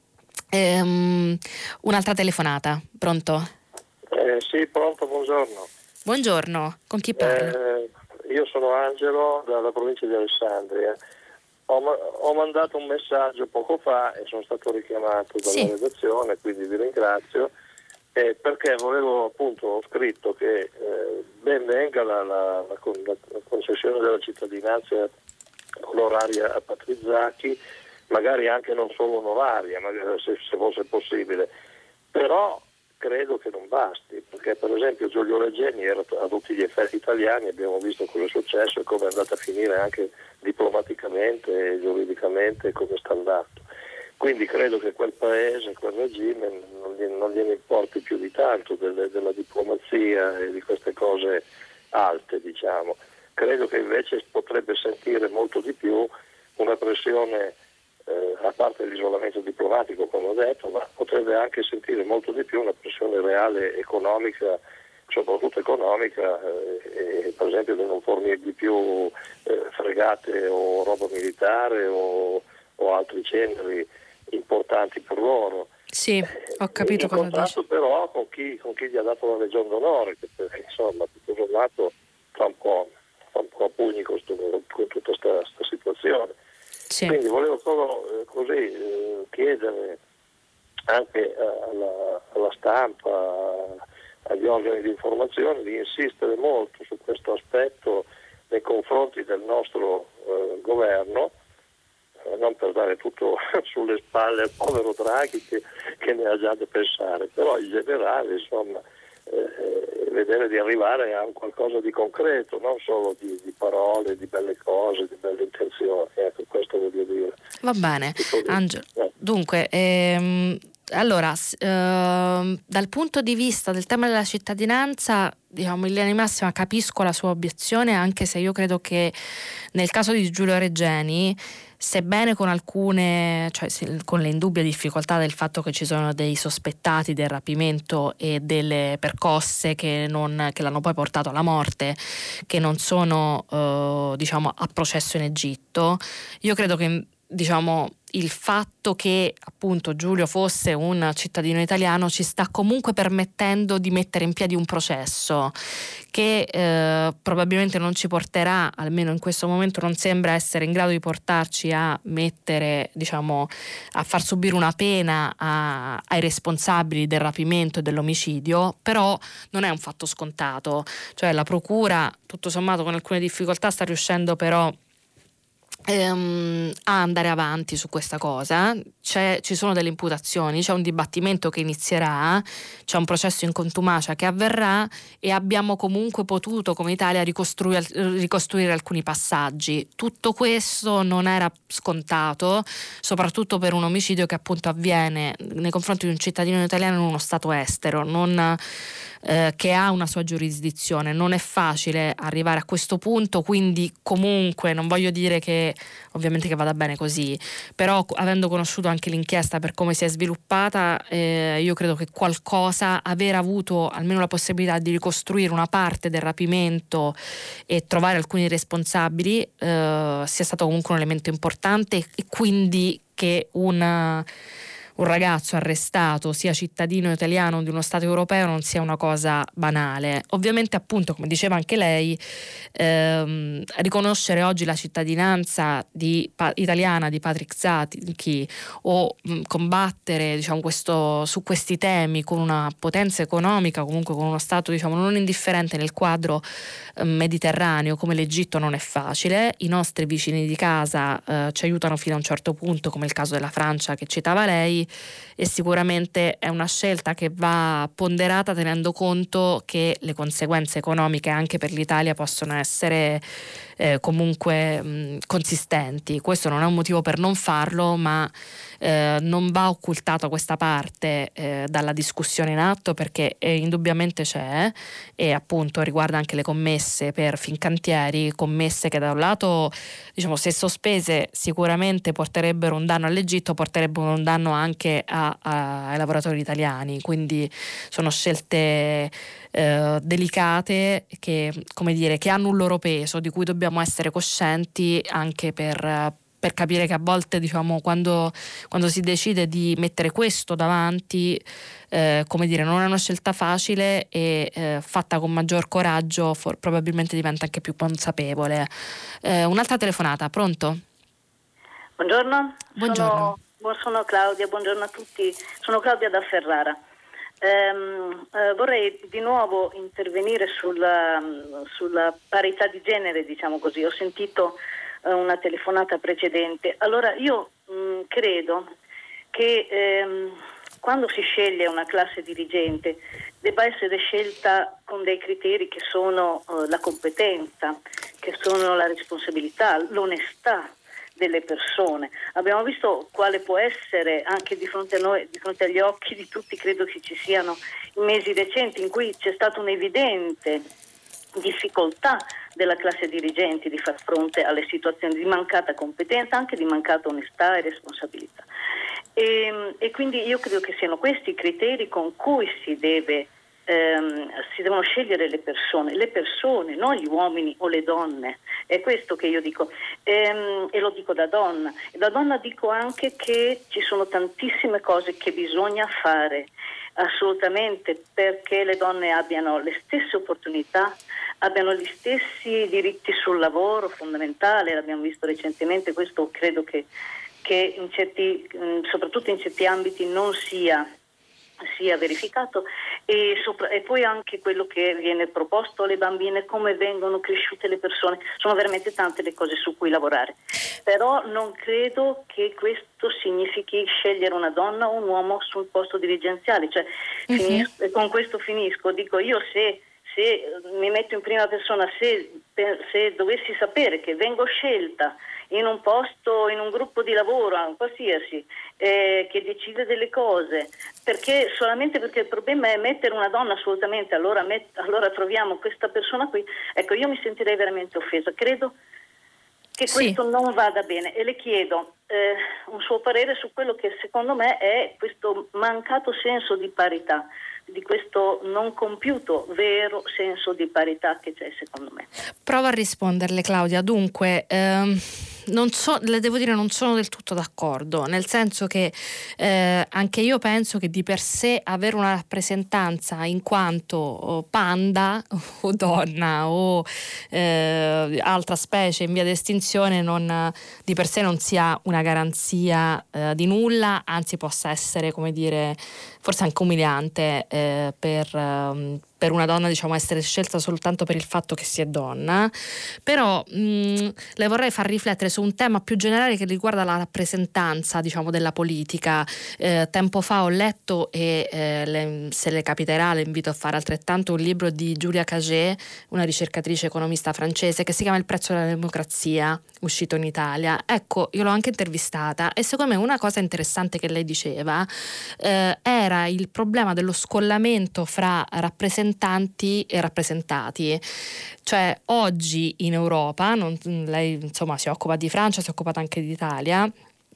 Ehm, un'altra telefonata, pronto? Eh, sì, pronto, buongiorno. Buongiorno, con chi parlo? Eh, io sono Angelo dalla provincia di Alessandria. Ho, ma- ho mandato un messaggio poco fa e sono stato richiamato dalla Sì. redazione, quindi vi ringrazio, eh, perché volevo appunto, ho scritto che eh, ben venga la, la, la, con- la concessione della cittadinanza onoraria a Patrizzacchi, magari anche non solo onoraria, magari se, se fosse possibile, però credo che non basti, perché per esempio Giulio Regeni era a tutti gli effetti italiani, abbiamo visto cosa è successo e come è andata a finire anche diplomaticamente e giuridicamente come sta andando. Quindi credo che quel paese, quel regime non gliene, non gliene importi più di tanto delle, della diplomazia e di queste cose alte, diciamo. Credo che invece potrebbe sentire molto di più una pressione, Eh, a parte l'isolamento diplomatico, come ho detto, ma potrebbe anche sentire molto di più una pressione reale economica, soprattutto economica, eh, e, per esempio di non fornirgli più eh, fregate o roba militare o, o altri ceneri importanti per loro. Sì, ho capito in cosa dici. contrasto però con chi, con chi gli ha dato la Legion d'Onore, che insomma tutto sommato fa un po', fa un po' a pugni con, sto, con tutta questa situazione. Sì. Quindi volevo solo eh, così eh, chiedere anche alla, alla stampa, agli organi di informazione, di insistere molto su questo aspetto nei confronti del nostro eh, governo, eh, non per dare tutto sulle spalle al povero Draghi che, che ne ha già da pensare, però in generale insomma eh, vedere di arrivare a un qualcosa di concreto, non solo di, di parole, di belle cose, di belle intenzioni, ecco, questo voglio dire. Va bene, Angelo. Dunque, ehm, allora, s- ehm, dal punto di vista del tema della cittadinanza, diciamo in linea di massima capisco la sua obiezione, anche se io credo che nel caso di Giulio Regeni, sebbene con alcune, cioè se- con le indubbie difficoltà del fatto che ci sono dei sospettati del rapimento e delle percosse che, non, che l'hanno poi portato alla morte, che non sono eh, diciamo a processo in Egitto, io credo che diciamo il fatto che appunto Giulio fosse un cittadino italiano ci sta comunque permettendo di mettere in piedi un processo che eh, probabilmente non ci porterà, almeno in questo momento non sembra essere in grado di portarci a mettere, diciamo, a far subire una pena a, ai responsabili del rapimento e dell'omicidio, però non è un fatto scontato, cioè la procura tutto sommato con alcune difficoltà sta riuscendo però Ehm, a andare avanti su questa cosa. C'è, ci sono delle imputazioni, c'è un dibattimento che inizierà, c'è un processo in contumacia che avverrà e abbiamo comunque potuto come Italia ricostruire, ricostruire alcuni passaggi. Tutto questo non era scontato, soprattutto per un omicidio che appunto avviene nei confronti di un cittadino italiano in uno stato estero, non Eh, che ha una sua giurisdizione. Non è facile arrivare a questo punto, quindi comunque non voglio dire che ovviamente che vada bene così, però avendo conosciuto anche l'inchiesta per come si è sviluppata, eh, io credo che qualcosa, aver avuto almeno la possibilità di ricostruire una parte del rapimento e trovare alcuni responsabili eh, sia stato comunque un elemento importante, e quindi che una un ragazzo arrestato sia cittadino italiano di uno stato europeo non sia una cosa banale. Ovviamente appunto, come diceva anche lei, ehm, riconoscere oggi la cittadinanza di, pa, italiana di Patrick Zaki o mh, combattere, diciamo, questo, su questi temi con una potenza economica, comunque con uno stato, diciamo, non indifferente nel quadro eh, mediterraneo come l'Egitto, non è facile. I nostri vicini di casa eh, ci aiutano fino a un certo punto, come il caso della Francia che citava lei, e sicuramente è una scelta che va ponderata tenendo conto che le conseguenze economiche anche per l'Italia possono essere eh, comunque mh, consistenti. Questo non è un motivo per non farlo, ma eh, non va occultata questa parte eh, dalla discussione in atto, perché eh, indubbiamente c'è, e appunto riguarda anche le commesse per Fincantieri, commesse che da un lato, diciamo, se sospese sicuramente porterebbero un danno all'Egitto, porterebbero un danno anche a, a, ai lavoratori italiani, quindi sono scelte eh, delicate che, come dire, che hanno un loro peso, di cui dobbiamo essere coscienti anche per per capire che a volte, diciamo, quando, quando si decide di mettere questo davanti, eh, come dire, non è una scelta facile e eh, fatta con maggior coraggio for- probabilmente diventa anche più consapevole. Eh, un'altra telefonata, pronto? Buongiorno. Buongiorno. Sono, sono Claudia, buongiorno a tutti. Sono Claudia da Ferrara. Ehm, eh, vorrei di nuovo intervenire sulla, sulla parità di genere, diciamo così. Ho sentito una telefonata precedente. Allora io mh, credo che ehm, quando si sceglie una classe dirigente debba essere scelta con dei criteri che sono eh, la competenza, che sono la responsabilità, l'onestà delle persone. Abbiamo visto quale può essere anche di fronte a noi, di fronte agli occhi di tutti, credo che ci siano i mesi recenti in cui c'è stata un'evidente difficoltà della classe dirigente di far fronte alle situazioni di mancata competenza, anche di mancata onestà e responsabilità. E, e quindi io credo che siano questi i criteri con cui si deve ehm, si devono scegliere le persone, le persone, non gli uomini o le donne. È questo che io dico, ehm, e lo dico da donna. E da donna dico anche che ci sono tantissime cose che bisogna fare assolutamente perché le donne abbiano le stesse opportunità, abbiano gli stessi diritti sul lavoro, fondamentale, l'abbiamo visto recentemente, questo credo che, che in certi, soprattutto in certi ambiti non sia, sia verificato, e, sopra, e poi anche quello che viene proposto alle bambine, come vengono cresciute le persone, sono veramente tante le cose su cui lavorare, però non credo che questo significhi scegliere una donna o un uomo sul posto dirigenziale, cioè uh-huh. finisco, con questo finisco, dico io se se mi metto in prima persona, se, se dovessi sapere che vengo scelta in un posto, in un gruppo di lavoro, qualsiasi, eh, che decide delle cose, perché solamente perché il problema è mettere una donna assolutamente, allora, met, allora troviamo questa persona qui, ecco, io mi sentirei veramente offesa. Credo che questo sì. non vada bene e le chiedo eh, un suo parere su quello che secondo me è questo mancato senso di parità, di questo non compiuto vero senso di parità che c'è secondo me. Provo a risponderle, Claudia. Dunque, ehm, non so, le devo dire non sono del tutto d'accordo, nel senso che eh, anche io penso che di per sé avere una rappresentanza in quanto panda o donna o eh, altra specie in via di estinzione non, di per sé non sia una garanzia eh, di nulla, anzi possa essere, come dire, forse anche umiliante eh, per, um, per una donna, diciamo, essere scelta soltanto per il fatto che sia donna. Però mh, le vorrei far riflettere su un tema più generale che riguarda la rappresentanza, diciamo, della politica. Eh, tempo fa ho letto, e eh, le, se le capiterà le invito a fare altrettanto, un libro di Giulia Cagé, una ricercatrice economista francese, che si chiama Il prezzo della democrazia, uscito in Italia. Ecco, io l'ho anche intervistata e secondo me una cosa interessante che lei diceva eh, era il problema dello scollamento fra rappresentanti e rappresentati. Cioè oggi in Europa, non, lei insomma si occupa di Francia, si è occupata anche di Italia,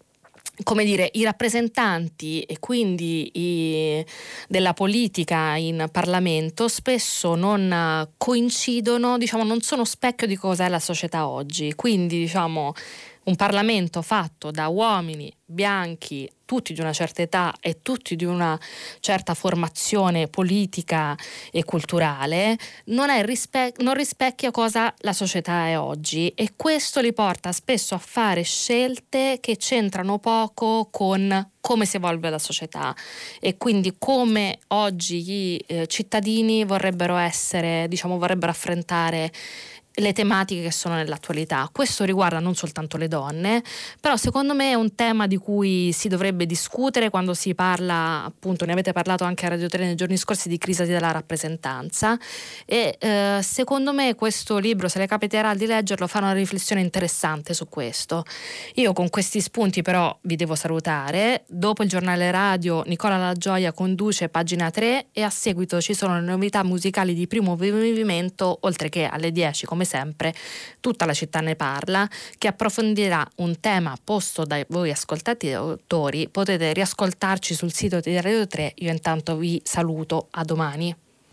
come dire, i rappresentanti e quindi i, della politica in Parlamento spesso non coincidono, diciamo, non sono specchio di cosa è la società oggi. Quindi, diciamo, un Parlamento fatto da uomini bianchi, tutti di una certa età e tutti di una certa formazione politica e culturale, non, è rispe- non rispecchia cosa la società è oggi, e questo li porta spesso a fare scelte che c'entrano poco con come si evolve la società e quindi come oggi gli eh, cittadini vorrebbero essere, diciamo, vorrebbero affrontare le tematiche che sono nell'attualità. Questo riguarda non soltanto le donne, però secondo me è un tema di cui si dovrebbe discutere quando si parla, appunto, ne avete parlato anche a Radio tre nei giorni scorsi, di crisi della rappresentanza, e eh, secondo me questo libro, se le capiterà di leggerlo, fa una riflessione interessante su questo. Io con questi spunti però vi devo salutare. Dopo il giornale radio Nicola La Gioia conduce Pagina tre e a seguito ci sono le novità musicali di Primo Movimento, oltre che alle dieci, come sempre, Tutta la città ne parla, che approfondirà un tema posto da voi ascoltatori. Potete riascoltarci sul sito di Radio tre. Io intanto vi saluto, a domani.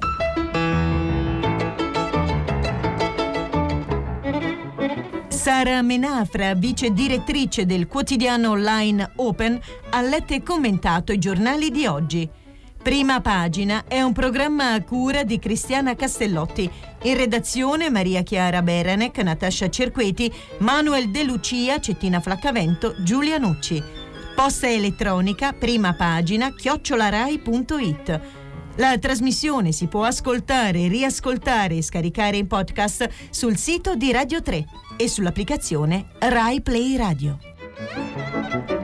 Sara Menafra, vice direttrice del quotidiano online Open, ha letto e commentato i giornali di oggi. Prima Pagina è un programma a cura di Cristiana Castellotti. In redazione Maria Chiara Beranec, Natascia Cerqueti, Manuel De Lucia, Cettina Flaccavento, Giulia Nucci. Posta elettronica primapagina chiocciolarai punto it. La trasmissione si può ascoltare, riascoltare e scaricare in podcast sul sito di Radio tre e sull'applicazione Rai Play Radio.